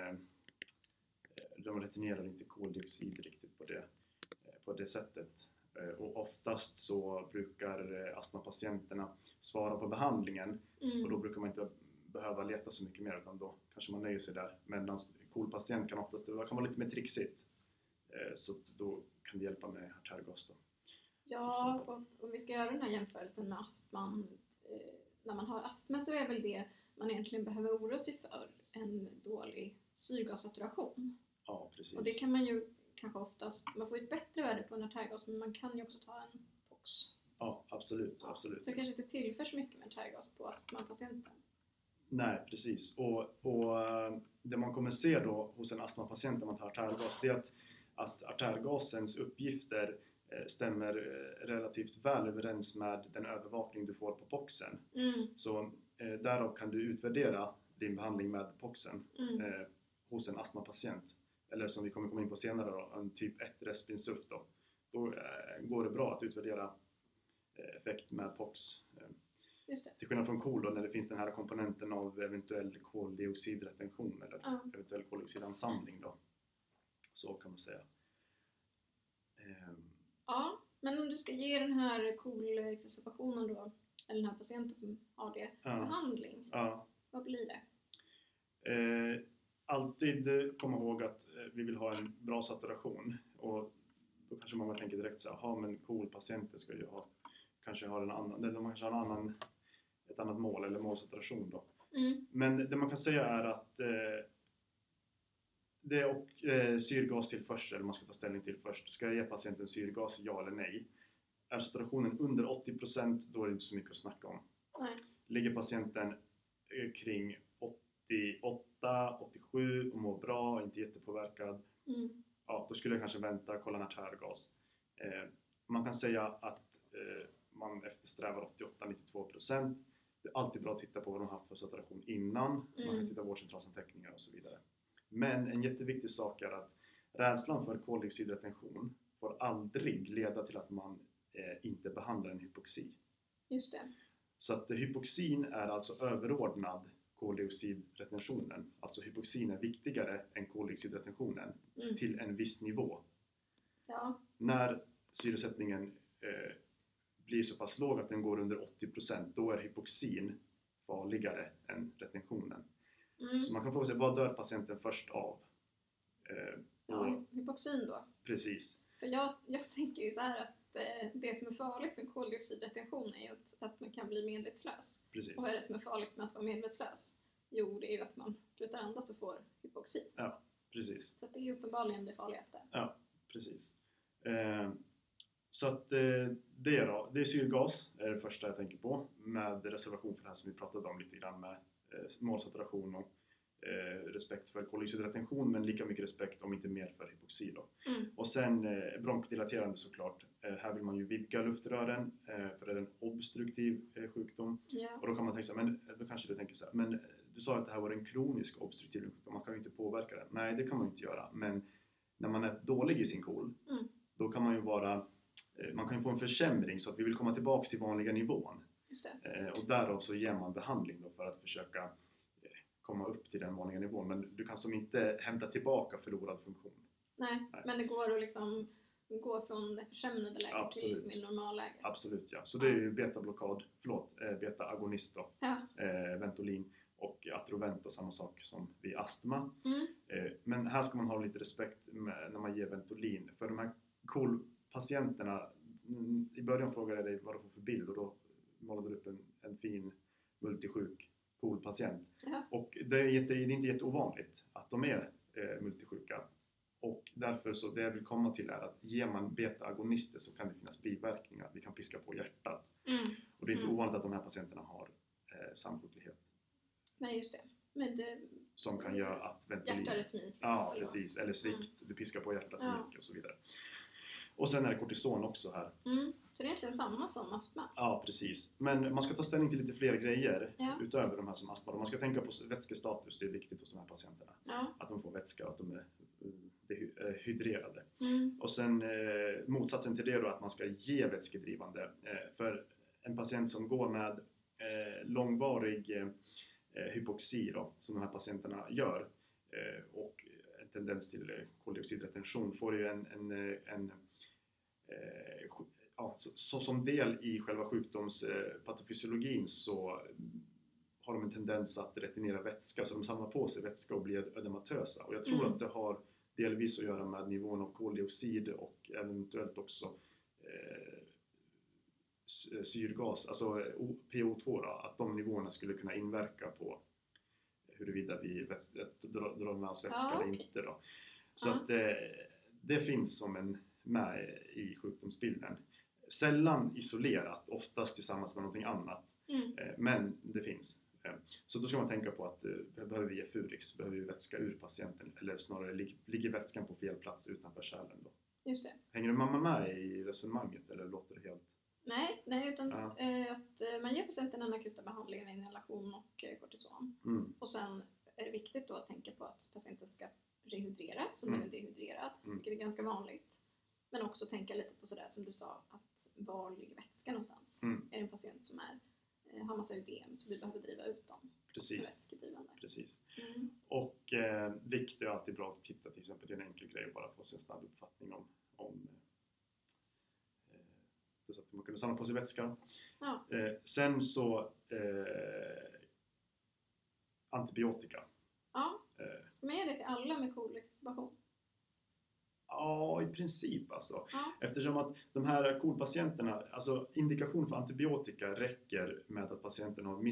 de returnerar inte koldioxid riktigt på det sättet. Och oftast så brukar astmapatienterna svara på behandlingen och då brukar man inte behöva leta så mycket mer utan då kanske man nöjer sig där. Medan KOL-patient kan oftast, det kan vara lite mer trixigt. Så då kan det hjälpa med artärgas då. Ja, och om vi ska göra den här jämförelsen med astman. När man har astma så är väl det man egentligen behöver oroa sig för en dålig syrgassaturation. Ja, precis. Och det kan man ju kanske oftast, man får ett bättre värde på en artärgas men man kan ju också ta en POX. Ja, absolut. Så det kanske inte tillför så mycket med artärgas på astmapatienten. Nej, precis. Och det man kommer se då hos en astmapatient när man tar artärgas, det är att artärgasens uppgifter stämmer relativt väl överens med den övervakning du får på POXen. Så därav kan du utvärdera din behandling med POXen hos en astmapatient. Eller som vi kommer komma in på senare då, en typ 1 Respinsuf då. Då går det bra att utvärdera effekt med POX. Just det. Till skillnad från KOL då, när det finns den här komponenten av eventuell koldioxidretention eller eventuell koldioxidansamling då. Så kan man säga. Ja, men om du ska ge den här KOL-exacerbationen då, eller den här patienten som har det, behandling, vad blir det? Alltid komma ihåg att vi vill ha en bra saturation och då kanske många tänker direkt så här, men KOL-patienter ska ju kanske ha ett annat mål eller målsaturation då. Men det man kan säga är att det är syrgastillförsel man ska ta ställning till först. Ska jag ge patienten syrgas, ja eller nej? Är saturationen under 80% då är det inte så mycket att snacka om. Nej. Ligger patienten kring 88, 87 och mår bra, inte jättepåverkad, ja, då skulle jag kanske vänta, kolla en artärgas. Man kan säga att man eftersträvar 88-92%. Det är alltid bra att titta på vad de har haft för saturation innan. Man kan titta på vårdcentralsanteckningar och så vidare. Men en jätteviktig sak är att rädslan för koldioxidretention får aldrig leda till att man inte behandlar en hypoxi. Just det. Så att hypoxin är alltså överordnad koldioxidretentionen. Alltså hypoxin är viktigare än koldioxidretentionen till en viss nivå. Ja. När syresättningen blir så pass låg att den går under 80%, då är hypoxin farligare än retentionen. Så man kan fråga sig, vad dör patienten först av? Hypoxin då. Precis. För jag tänker ju så här att det som är farligt med koldioxidretention är ju att man kan bli medvetslös. Precis. Och vad är det som är farligt med att vara medvetslös? Jo, det är ju att man slutar andas och får hypoxi. Ja, precis. Så att det är uppenbarligen det farligaste. Ja, precis. Så att det är syrgas är det första jag tänker på med reservation för det här som vi pratade om lite grann med målsaturation och respekt för koldioxidretention, men lika mycket respekt, om inte mer, för hypoxi då. Och sen bronkdilaterande såklart. Här vill man ju vidga luftrören, för det är en obstruktiv sjukdom. Och då kan man tänka så här, men då kanske du tänker så här, men du sa att det här var en kronisk obstruktiv sjukdom, man kan ju inte påverka den. Nej, det kan man ju inte göra, men när man är dålig i sin KOL, då kan man ju man kan ju få en försämring, så att vi vill komma tillbaka till vanliga nivån. Just det. Och därav så ger man behandling då för att försöka komma upp till den vanliga nivån. Men du kan som inte hämta tillbaka förlorad funktion. Nej. Men det går att liksom gå från det försämrade läget till min normalläge. Absolut, ja. Så det är ju beta-agonist då. Ja. Ventolin och Atrovent och samma sak som vid astma. Men här ska man ha lite respekt när man ger Ventolin. För de här KOL-patienterna, i början frågade jag dig vad du får för bild, och då målade du upp en fin multisjuk KOL-patient. Och det är inte jätteovanligt att de är multisjuka. Och därför så det jag vill komma till är att ger man beta-agonister så kan det finnas biverkningar. Vi kan piska på hjärtat. Och det är inte ovanligt att de här patienterna har samsjuklighet. Nej, just det. Men som kan göra att Ventolin... Hjärtarytmi. Ja, precis. Eller svikt. Du piskar på hjärtat för mycket och så vidare. Och sen är det kortison också här. Så det är egentligen samma som astma? Ja, precis. Men man ska ta ställning till lite fler grejer utöver de här som astma. Man ska tänka på vätskestatus, det är viktigt hos de här patienterna. Att de får vätska och att de är hydrerade. Och sen motsatsen till det då, att man ska ge vätskedrivande. För en patient som går med långvarig hypoxi då, som de här patienterna gör, och en tendens till koldioxidretention, får ju som del i själva sjukdomspatofysiologin, så har de en tendens att retenera vätska, så de samlar på sig vätska och blir ödematösa. Och jag tror att det har delvis att göra med nivån av koldioxid och eventuellt också syrgas, alltså PO2 då, att de nivåerna skulle kunna inverka på huruvida vi drar med oss vätska eller inte då. Så att det finns som med i sjukdomsbilden. Sällan isolerat, oftast tillsammans med någonting annat. Men det finns. Så då ska man tänka på att behöver vi ge Furix, behöver vi vätska ur patienten, eller snarare ligger vätskan på fel plats utanför kärlen då. Just det. Hänger du med i resonemanget, eller låter det helt... Nej, utan att man ger patienten den akuta behandlingen, inhalation och kortison. Och sen är det viktigt då att tänka på att patienten ska rehydreras om den är dehydrerad, vilket är ganska vanligt. Men också tänka lite på sådär som du sa, att var ligger vätska någonstans? Är det en patient som har massa ödem, så vi behöver driva ut dem? Precis. Vätskedrivande. Precis. Och vikt är alltid bra att titta, till exempel, det är en enkel grej bara för att få en snabb uppfattning om så att man kunde samla på sig vätska. Sen så antibiotika. Ska man ge det till alla med KOL-extubation? Ja, i princip alltså. Eftersom att de här KOL-patienterna, alltså indikation för antibiotika räcker med att patienten har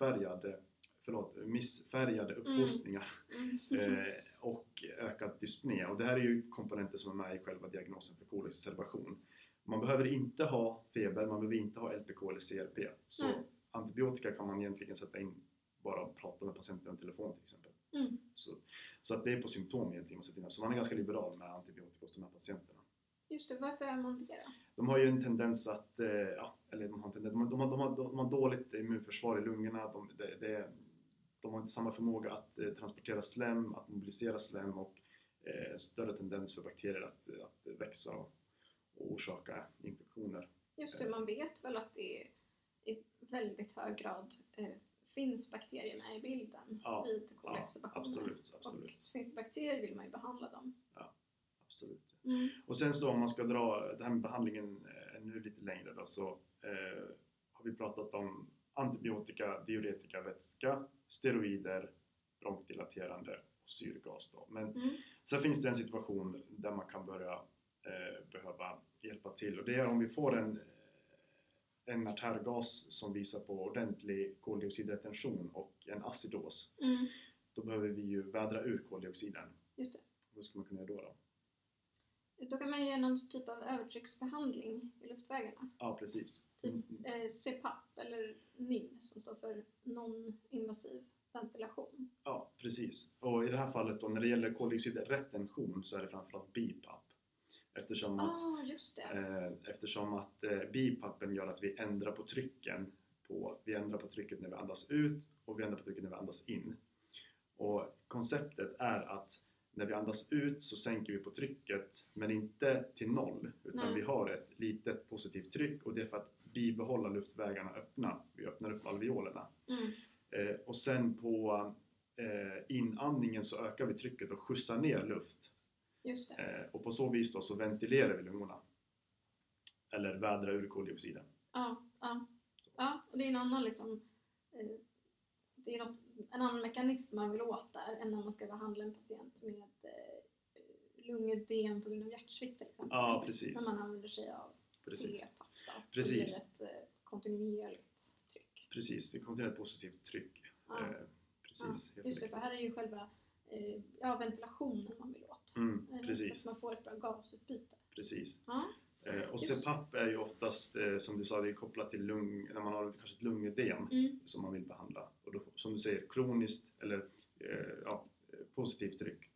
missfärgade upphostningar och ökad dyspné. Och det här är ju komponenter som är med i själva diagnosen för kolexacerbation. Man behöver inte ha feber, man behöver inte ha LPK eller CRP. Så antibiotika kan man egentligen sätta in bara och prata med patienten på telefon till exempel. Så att det är på symptom egentligen man sätter in. Så man är ganska liberal med antibiotika hos de här patienterna. Just det, varför är man det då? De har ju en tendens att, de har dåligt immunförsvar i lungorna. De har inte samma förmåga att transportera slem, att mobilisera slem, och större tendens för bakterier att växa och orsaka infektioner. Just det, man vet väl att det i väldigt hög grad finns bakterierna i bilden vid kolexacerbation. Absolut. Och finns det bakterier vill man ju behandla dem. Ja, absolut. Och sen så om man ska dra det här med behandlingen nu lite längre då, så har vi pratat om antibiotika, diuretika, vätska, steroider, bronkdilaterande och syrgas då. Men sen finns det en situation där man kan behöva hjälpa till, och det är om vi får en artärgas som visar på ordentlig koldioxidretention och en acidos. Då behöver vi ju vädra ur koldioxiden. Just det. Vad ska man kunna göra då? Då kan man ge någon typ av övertrycksbehandling i luftvägarna. Ja, precis. Typ CPAP eller NIM som står för non-invasiv ventilation. Ja, precis. Och i det här fallet då, när det gäller koldioxidretention så är det framförallt BiPAP. Eftersom att BiPAPen gör att vi ändrar på trycken. Vi ändrar på trycket när vi andas ut och vi ändrar på trycket när vi andas in. Och konceptet är att när vi andas ut så sänker vi på trycket, men inte till 0, utan vi har ett litet positivt tryck, och det är för att bibehålla luftvägarna öppna. Vi öppnar upp alveolerna. Och sen på inandningen så ökar vi trycket och skjutsar ner luft. Just det. Och på så vis då så ventilerar vi lungorna. Eller vädrar ur koldioxiden. Ja, och det är en annan liksom, det är en annan mekanism man vill åt där än när man ska behandla en patient med lungödem på grund av hjärtsvikt till exempel. Ja, precis. När man använder sig av CPAP då. Precis. Så blir det ett kontinuerligt tryck. Precis, det kommer till ett positivt tryck. Precis. Ja, just det, för här är ju själva ventilationen man vill åt. Precis. Så att man får ett bra gasutbyte. Precis. Ja. Och CPAP är ju oftast, som du sa, det är kopplat till när man har kanske ett lungödem som man vill behandla. Och då, som du säger, kroniskt eller positivt tryck.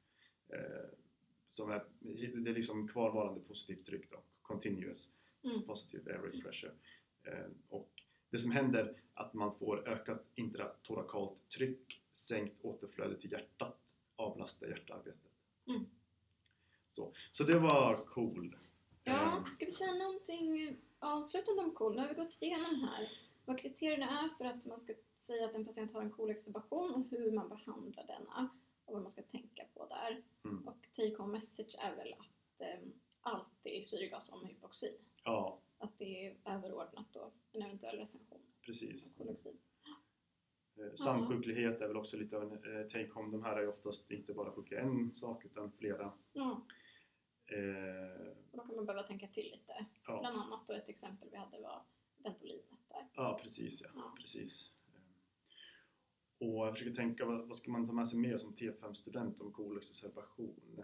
Det är liksom kvarvarande positivt tryck då. Continuous positive airway pressure. Och det som händer är att man får ökat intratorakalt tryck, sänkt återflöde till hjärtat, avlasta hjärtarbetet. Så det var cool. Ja, ska vi säga någonting avslutande om KOL? Nu har vi gått igenom här vad kriterierna är för att man ska säga att en patient har en KOL-extubation och hur man behandlar denna och vad man ska tänka på där. Och take home message är väl att alltid syrgas om hypoxi. Ja. Att det är överordnat då en eventuell retention. Precis. Av koldioxid. Samsjuklighet är väl också lite av en take home. De här är ju oftast inte bara sjuka en sak utan flera. Ja. Och då kan man behöva tänka till lite. Ja. Bland annat då ett exempel vi hade var Ventolinet där. Ja, precis. Ja. Precis. Och jag försöker tänka, vad ska man ta med sig mer som T5-student om kolexacerbation?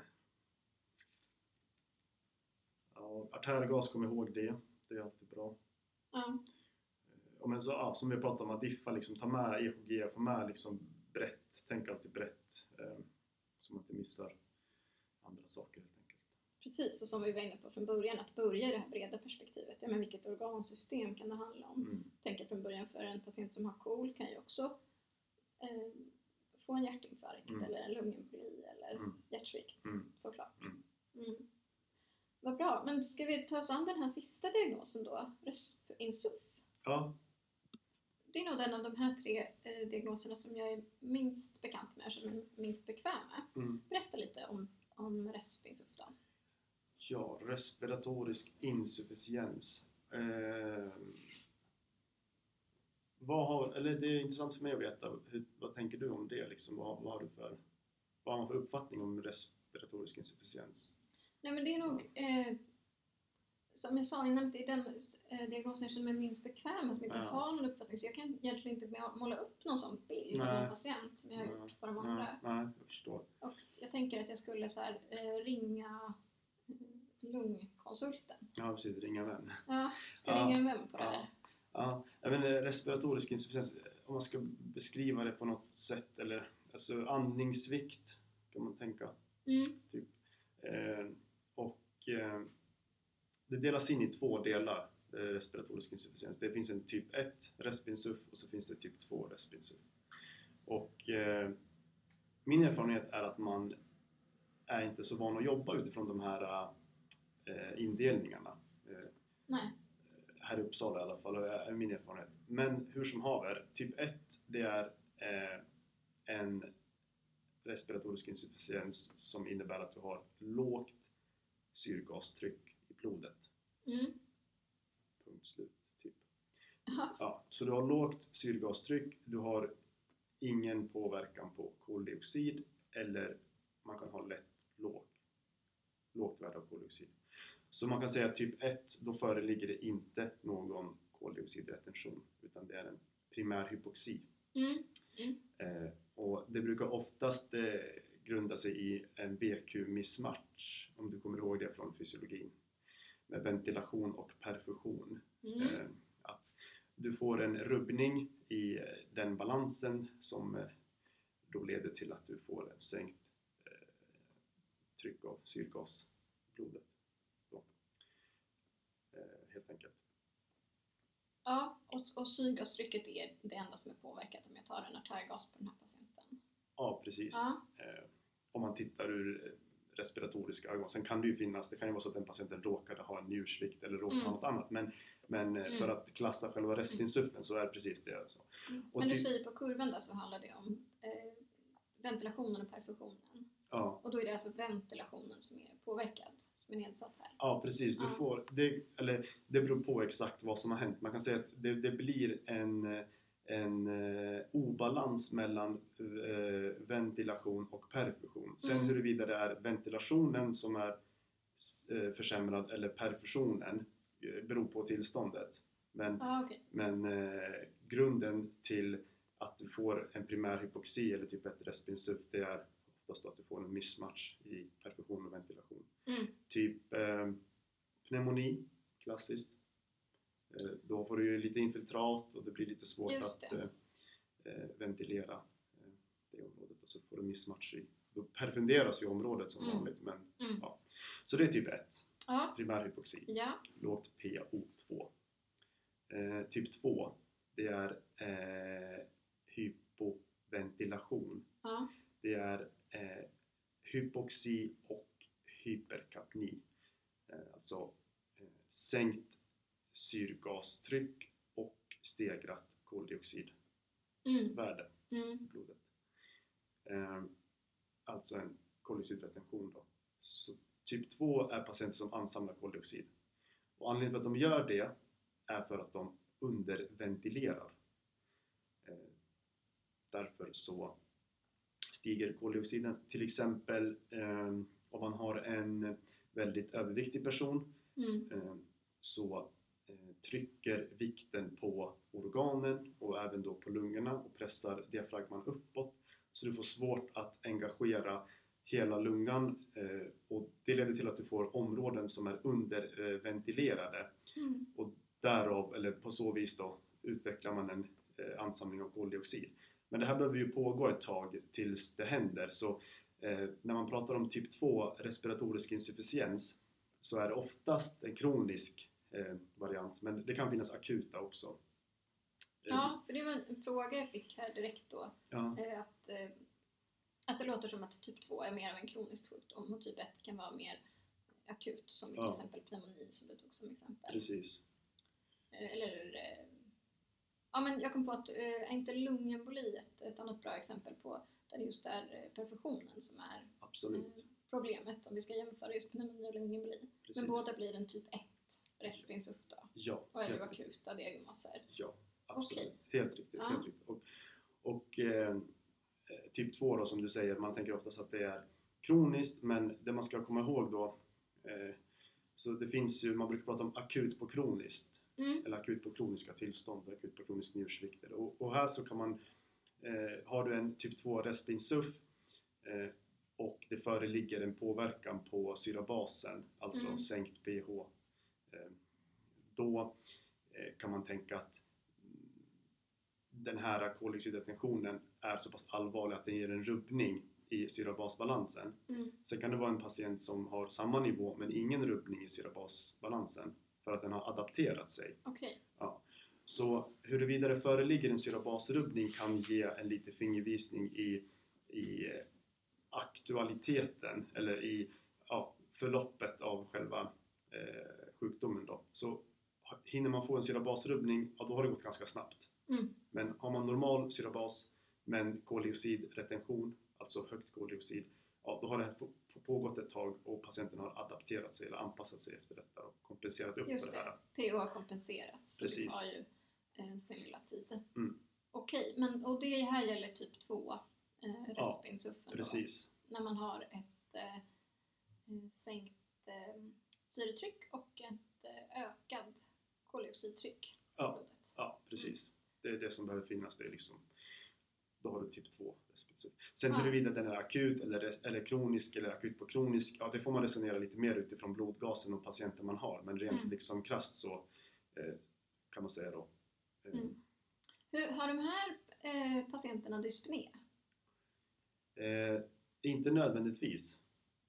Ja, artärgas, kom ihåg det. Det är alltid bra. Ja. Men så, som vi pratade om, att diffa, liksom, ta med EKG, få med liksom brett. Tänk alltid brett. Så man inte missar andra saker helt enkelt. Precis, och som vi var inne på från början, att börja i det här breda perspektivet. Ja, men vilket organsystem kan det handla om? Tänka från början för en patient som har KOL kan ju också få en hjärtinfarkt eller en lungemboli eller hjärtsvikt, såklart. Vad bra, men ska vi ta oss an den här sista diagnosen då? RESP-insuf. Ja. Det är nog den av de här 3 diagnoserna som jag är minst bekant med, som är minst bekväm med. Berätta lite om RESP-insuf då. Ja, respiratorisk insufficiens. Det är intressant för mig att veta, vad tänker du om det? Liksom, vad har man för uppfattning om respiratorisk insufficiens? Nej, men det är nog, som jag sa innan, det är den diagnosen jag känner mig minst bekväm med, som inte har någon uppfattning. Så jag kan egentligen inte måla upp någon sån bild av en patient som jag har gjort på de andra. Nej, jag förstår. Och jag tänker att jag skulle så här, ringa lungkonsulten. Ja, precis. Ringa vän. Ja, ska ringa en vän på det här. Ja, även respiratorisk insufficiens, om man ska beskriva det på något sätt, eller alltså andningssvikt kan man tänka. Typ. Det delas in i 2 delar, respiratorisk insufficiens. Det finns en typ 1 respinsuf och så finns det typ 2 respinsuf. Och min erfarenhet är att man är inte så van att jobba utifrån de här indelningarna. Nej. Här i Uppsala i alla fall, är min erfarenhet. Men hur som haver, typ 1 det är en respiratorisk insufficiens som innebär att du har lågt syrgastryck i blodet. Punkt slut, typ. Ja, så du har lågt syrgastryck, du har ingen påverkan på koldioxid, eller man kan ha lätt lågt värde av koldioxid. Så man kan säga att typ 1, då föreligger det inte någon koldioxidretention, utan det är en primär hypoxi. Och det brukar oftast grunda sig i en BQ-mismatch, om du kommer ihåg det från fysiologin, med ventilation och perfusion. Att du får en rubbning i den balansen som då leder till att du får en sänkt tryck av syrgas i blodet. Så, helt enkelt. Ja, och syrgastrycket är det enda som är påverkat om jag tar en artärgas på den här patienten. Ja, precis. Ja. Om man tittar ur respiratoriska ögon. Sen kan det ju finnas, det kan ju vara så att den patienten råkade ha en njursvikt eller råkade ha något annat. Men för att klassa själva respinsuften så är det precis det. Så. Och men du säger på kurvan där så handlar det om ventilationen och perfusionen. Ja. Och då är det alltså ventilationen som är påverkad, som är nedsatt här. Ja, precis. Du får, det beror på exakt vad som har hänt. Man kan säga att det blir en obalans mellan ventilation och perfusion. Sen huruvida det är ventilationen som är försämrad eller perfusionen beror på tillståndet. Men grunden till att du får en primär hypoxi eller typ 1 respinsuf, det är oftast att du får en mismatch i perfusion och ventilation. Typ pneumoni, klassiskt. Då får du ju lite infiltrat och det blir lite svårt att ventilera det området, och så får du mismatch i. Då perfunderas ju området som vanligt, men ja. Så det är typ 1. Ja. Primär hypoxi. Ja. Lågt PaO2. Typ 2, det är hypoventilation. Ja. Det är hypoxi och hyperkapni. Alltså sänkt syrgastryck och stegrat koldioxidvärde i blodet. Alltså en koldioxidretention då. Så typ 2 är patienter som ansamlar koldioxid. Och anledningen till att de gör det är för att de underventilerar. Därför så stiger koldioxiden. Till exempel om man har en väldigt överviktig person så trycker vikten på organen och även då på lungorna och pressar diafragman uppåt. Så du får svårt att engagera hela lungan och det leder till att du får områden som är underventilerade. Och därav, eller på så vis då, utvecklar man en ansamling av koldioxid. Men det här behöver ju pågå ett tag tills det händer. Så när man pratar om typ 2 respiratorisk insufficiens så är det oftast en kronisk variant, men det kan finnas akuta också. Ja, för det var en fråga jag fick här direkt då. Ja. Att det låter som att typ 2 är mer av en kronisk sjukdom och typ 1 kan vara mer akut, som till exempel pneumoni som du tog som exempel. Precis. Eller ja, men jag kom på att är inte lungemboli ett annat bra exempel på där det just är perfusionen som är problemet om vi ska jämföra just pneumoni och lungemboli. Precis. Men båda blir en typ 1 respinsuf då. Ja. Och är akuta diagnoser. Ja, absolut. Helt riktigt. Helt riktigt. Och typ 2 då, som du säger, man tänker oftast att det är kroniskt, men det man ska komma ihåg då, så det finns ju, man brukar prata om akut på kroniskt. Eller akut på kroniska tillstånd, akut på kronisk njursvikt. Och här så kan man, har du en typ 2 respinsuf och det föreligger en påverkan på syrabasen, alltså sänkt pH, då kan man tänka att den här koldioxidretentionen är så pass allvarlig att den ger en rubbning i syrabasbalansen. Sen kan det vara en patient som har samma nivå men ingen rubbning i syrabasbalansen för att den har adapterat sig. Okay. Ja. Så huruvida det föreligger en syrabasrubbning kan ge en lite fingervisning i aktualiteten eller i förloppet av själva sjukdomen då. Så hinner man få en syrabasrubbning, då har det gått ganska snabbt. Men har man normal syrabas men koldioxidretention, alltså högt koldioxid, då har det här pågått ett tag och patienten har adapterat sig eller anpassat sig efter detta och kompenserat upp just för det här. PO har kompenserats, så precis. Det tar ju sin lilla tid. Okej, men och det här gäller typ 2 respinsuffen precis. Då, när man har ett sänkt syretryck och ett ökat koldioxidtryck i blodet. Ja, precis. Det är det som behöver finnas. Det är liksom, då har du typ 2 respinsuf. Sen huruvida den är akut eller kronisk eller akut på kronisk, det får man resonera lite mer utifrån blodgasen och patienten man har. Men rent liksom krasst så kan man säga då. Hur har de här patienterna dyspné? Inte nödvändigtvis.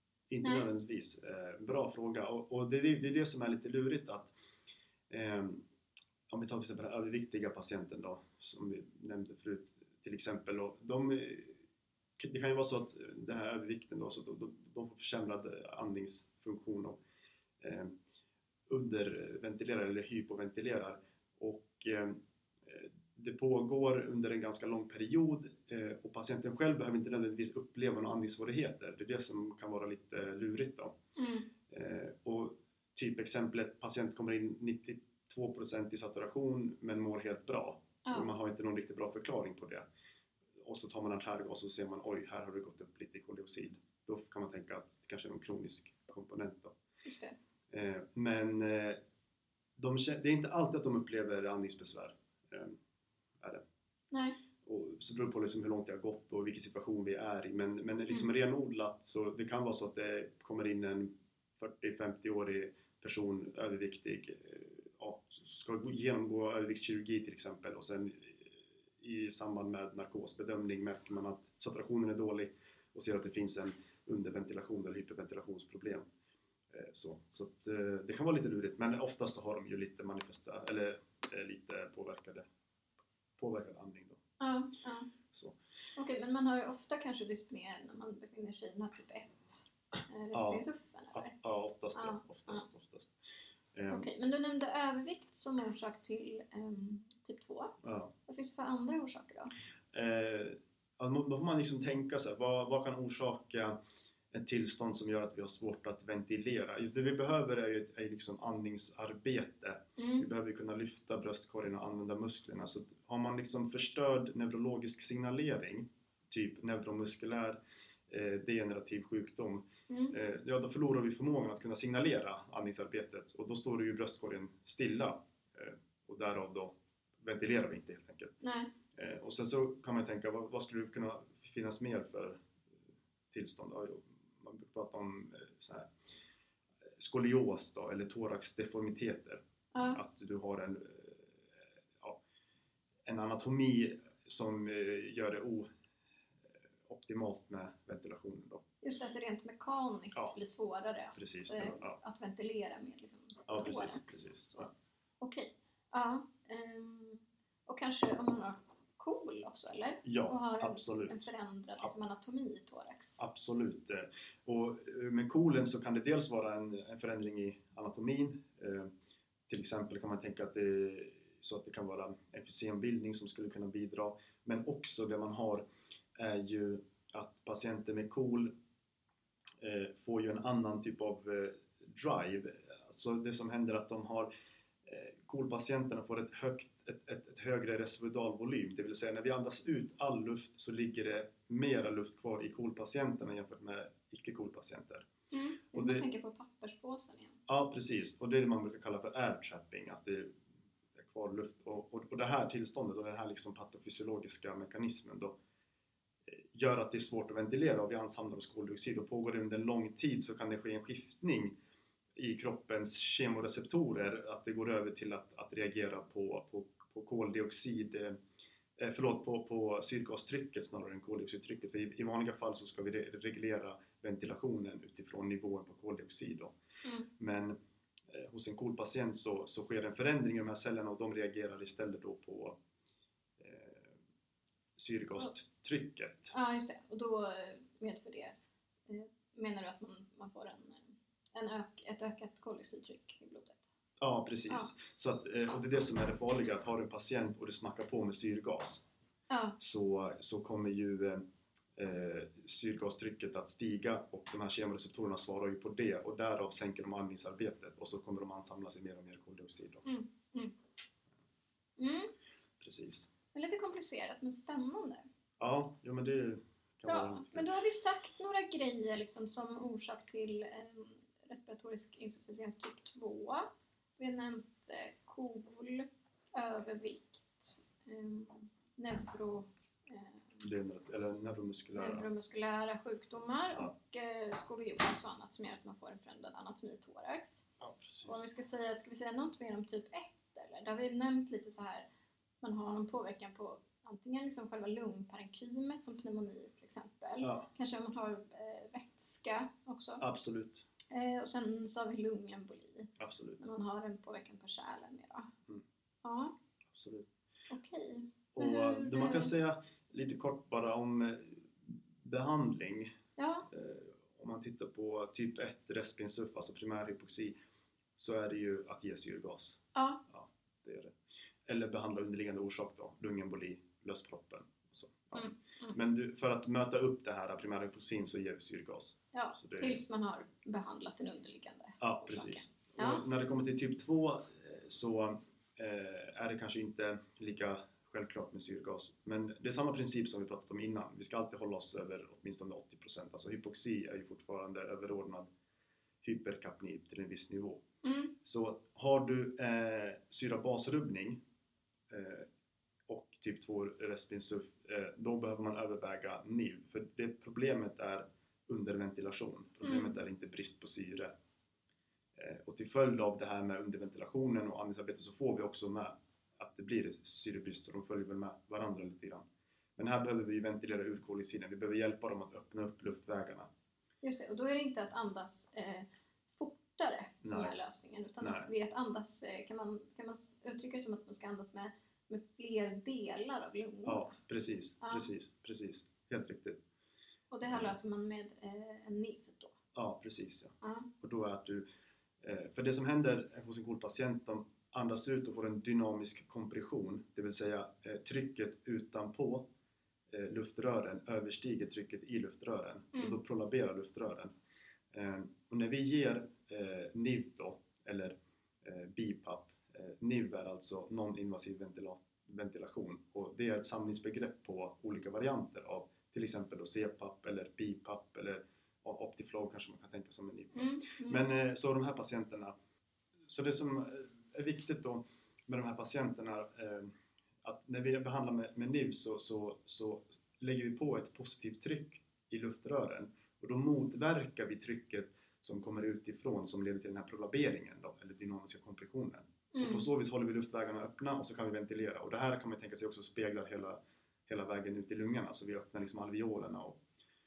Bra fråga. Och det är det som är lite lurigt att om vi tar till exempel den överviktiga patienten då, som vi nämnde förut till exempel. Och det kan ju vara så att den här övervikten då, så de får försämrad andningsfunktion och underventilerar eller hypoventilerar. Och det pågår under en ganska lång period och patienten själv behöver inte nödvändigtvis uppleva några andningssvårigheter. Det är det som kan vara lite lurigt då. Och typexemplet, patient kommer in 92% i saturation men mår helt bra. Och man har inte någon riktigt bra förklaring på det. Och så tar man artergas och så ser man, oj, här har det gått upp lite i koldioxid. Då kan man tänka att det kanske är någon kronisk komponent då. Just det. Men det är inte alltid att de upplever andningsbesvär. Är det. Nej. Och så beror det på liksom hur långt det har gått och vilken situation vi är i. Men liksom renodlat så det kan vara så att det kommer in en 40-50-årig person, överviktig, ska genomgå överviktskirurgi till exempel, och sen i samband med narkosbedömning märker man att saturationen är dålig och ser att det finns en underventilation eller hyperventilationsproblem. Så att, det kan vara lite lurigt, men oftast så har de ju lite lite påverkad andning då. Ja. Så. Okej, men man har ju ofta kanske dyspné när man befinner sig i den här typ 1 respirationsuffen, eller? Ja, oftast. Okej, men du nämnde övervikt som orsak till typ 2. Ja. Vad finns det för andra orsaker då? Då får man liksom tänka så här, vad kan orsaka ett tillstånd som gör att vi har svårt att ventilera? Det vi behöver är liksom andningsarbete. Vi behöver kunna lyfta bröstkorgen och använda musklerna. Så har man liksom förstörd neurologisk signalering, typ neuromuskulär degenerativ sjukdom, då förlorar vi förmågan att kunna signalera andningsarbetet, och då står ju bröstkorgen stilla, och därav då ventilerar vi inte helt enkelt. Nej. Och sen så kan man tänka, vad skulle det kunna finnas mer för tillstånd? Man brukar prata om så här, skolios då, eller thoraxdeformiteter. Att du har en anatomi som gör det optimalt med ventilationen då. Just att det rent mekaniskt blir svårare att ventilera med liksom thorax. Precis. Okej. Ja. Och kanske om man har KOL också, eller? Ja, och har absolut. En förändrad liksom, anatomi i thorax. Absolut. Och med KOLen så kan det dels vara en förändring i anatomin. Till exempel kan man tänka att det kan vara emfysembildning som skulle kunna bidra. Men också det man har är ju att patienter med KOL får ju en annan typ av drive. Alltså det som händer är att de har KOL-patienterna får ett högre reservoidalvolym. Det vill säga när vi andas ut all luft så ligger det mera luft kvar i KOL-patienterna jämfört med icke-KOL-patienter. Och man tänker på papperspåsen igen. Ja, precis. Och det är det man brukar kalla för air trapping. Att det är kvar luft. Och det här tillståndet och den här liksom patofysiologiska mekanismen då gör att det är svårt att ventilera och vi ansamlar oss koldioxid. Och pågår det under en lång tid så kan det ske en skiftning i kroppens kemoreceptorer, att det går över till att reagera på koldioxid, på syrgastrycket snarare än koldioxidtrycket. För i vanliga fall så ska vi reglera ventilationen utifrån nivån på koldioxid då. Men hos en KOL-patient så sker en förändring i de här cellerna och de reagerar istället då på syrgastrycket. Ja, just det. Och då medför det, menar du att man får ett ökat koldioxidtryck i blodet? Ja, precis. Ja. Så att, och det är det som är det farliga, att har du en patient och du smackar på med syrgas, så kommer ju syrgastrycket att stiga och de här kemoreceptorerna svarar ju på det och därav sänker de andningsarbetet och så kommer de ansamla sig mer och mer koldioxid då. Precis. Det är lite komplicerat men spännande. Ja, men det kan vara... Men då har vi sagt några grejer liksom, som orsak till respiratorisk insufficiens typ 2. Vi har nämnt KOL, övervikt, neuromuskulära sjukdomar och skolios och annat som gör att man får en förändrad anatomi i thorax. Ja, precis. Och om vi ska säga något mer om typ 1 eller? Där har vi nämnt lite så här, man har någon påverkan på antingen liksom själva lungparenkymet som pneumoni till exempel. Ja. Kanske om man har vätska också. Absolut. Och sen så har vi lungemboli. Absolut. När man har en påverkan på kärlen mera. Mm. Ja. Absolut. Okej. Och det man kan säga lite kort bara om behandling. Ja. Om man tittar på typ 1 respinsuf, alltså primär hypoxi, så är det ju att ge syrgas. Ja. Ja, det är det. Eller behandla underliggande orsak då, lungemboli, lösproppen. Så, ja. Men för att möta upp det här primär hypoxin så ger vi syrgas. Ja, tills man har behandlat den underliggande orsaken. Precis. Ja. Och när det kommer till typ 2 så är det kanske inte lika självklart med syrgas. Men det är samma princip som vi pratat om innan. Vi ska alltid hålla oss över åtminstone 80%. Alltså hypoxi är ju fortfarande överordnad hyperkapni till en viss nivå. Så har du syrabasrubbning och typ 2 respinsuf, då behöver man överväga NIV. För det problemet är underventilation. Problemet är inte brist på syre. Och till följd av det här med underventilationen och andningsarbete så får vi också med att det blir syrebrist, så de följer väl med varandra lite grann. Men här behöver vi ventilera ur koldioxiden. Vi behöver hjälpa dem att öppna upp luftvägarna. Just det, och då är det inte att andas fortare som är lösningen, utan att vi att andas, kan man uttrycka det som att man ska andas med fler delar av lungorna? Ja, precis. Helt riktigt. Och det här löser man med en NIV då? Ja, precis. Ja. Och då är att du, för det som händer hos en KOL-patient, de andas ut och får en dynamisk kompression, det vill säga trycket utanpå luftrören överstiger trycket i luftrören och då prolaberar luftrören. Och när vi ger NIV då, eller BiPAP, NIV är alltså non-invasiv ventilation, och det är ett samlingsbegrepp på olika varianter av till exempel då CPAP eller BiPAP eller Optiflow kanske man kan tänka som en NIV. Men så de här patienterna, så det som är viktigt då med de här patienterna, att när vi behandlar med NIV så lägger vi på ett positivt tryck i luftrören, och då motverkar vi trycket som kommer utifrån som leder till den här prolaberingen då, eller dynamiska kompressionen. Och på så vis håller vi luftvägarna öppna och så kan vi ventilera, och det här kan man tänka sig också speglar hela vägen ut i lungorna, så vi öppnar liksom alveolerna och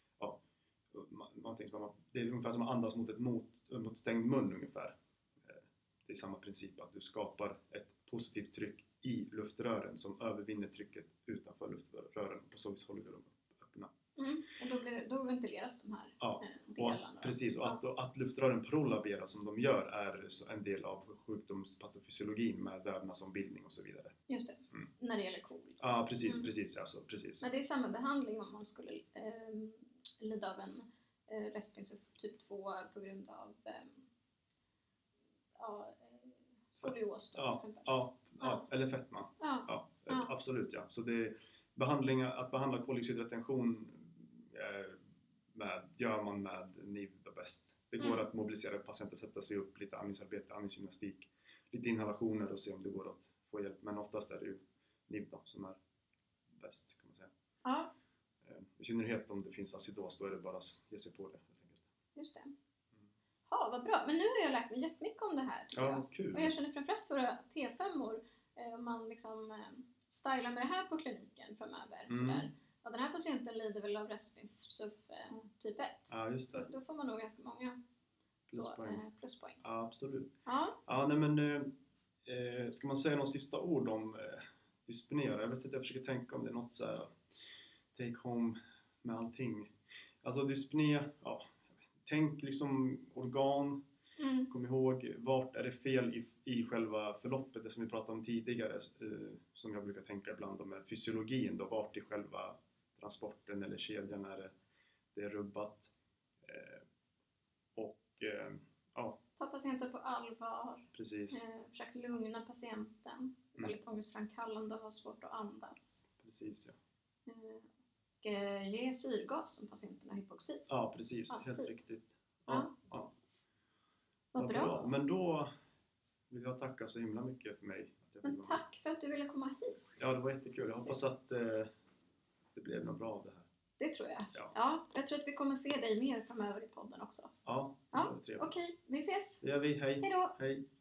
någonting som det är ungefär som att andas mot stängd mun ungefär. Det är samma princip, att du skapar ett positivt tryck i luftrören som övervinner trycket utanför luftrören. På så vis håller vi dem öppna. Och då ventileras de här delarna. Och, precis, och att luftrören prolaberar som de gör är en del av sjukdomspatofysiologin med vävnadsombildning och så vidare. Just det, när det gäller KOL. Ja, precis. Alltså, precis. Men det är samma behandling om man skulle lida av en respinsuf typ 2 på grund av skolios till exempel. Ja, eller fetma. Absolut, ja. Så det att behandla koldioxidretention gör man med NIV bäst. Det går att mobilisera patienter, sätta sig upp, lite andningsarbete, andningsgymnastik, lite inhalationer och se om det går att få hjälp. Men oftast är det ju NIV då, som är bäst, kan man säga. Ja. I synnerhet om det finns acidos, då är det bara att ge sig på det. Just det. Ja, vad bra. Men nu har jag lärt mig jättemycket om det här. Ja, kul. Och jag känner framförallt för våra T5-or, om man liksom stylar med det här på kliniken framöver. Sådär. Ja, den här patienten lider väl av respinsuf typ 1. Ja, just det. Då får man nog ganska många pluspoäng. Ja, absolut. Ja, nej, men ska man säga något sista ord om dyspnea? Jag vet inte, jag försöker tänka om det är något så här take home med allting. Alltså dyspnea, tänk liksom organ. Kom ihåg, vart är det fel i själva förloppet, det som vi pratade om tidigare, som jag brukar tänka ibland om med fysiologin då, vart i själva transporten eller kedjan är det är rubbat. Ta patienten på allvar. Precis. Försök lugna patienten. Väldigt ångestframkallande och ha svårt att andas. Precis, ja. Och ge syrgas om patienten har hypoxi. Ja, precis. Alltid. Helt riktigt. Ja. Vad bra. Men då vill jag tacka så himla mycket för mig. Men tack för att du ville komma hit. Ja, det var jättekul. Jag hoppas att det blev något bra av det här. Det tror jag. Ja, jag tror att vi kommer se dig mer framöver i podden också. Ja, okej. Vi ses. Det gör vi. Hej. Hej då. Hej.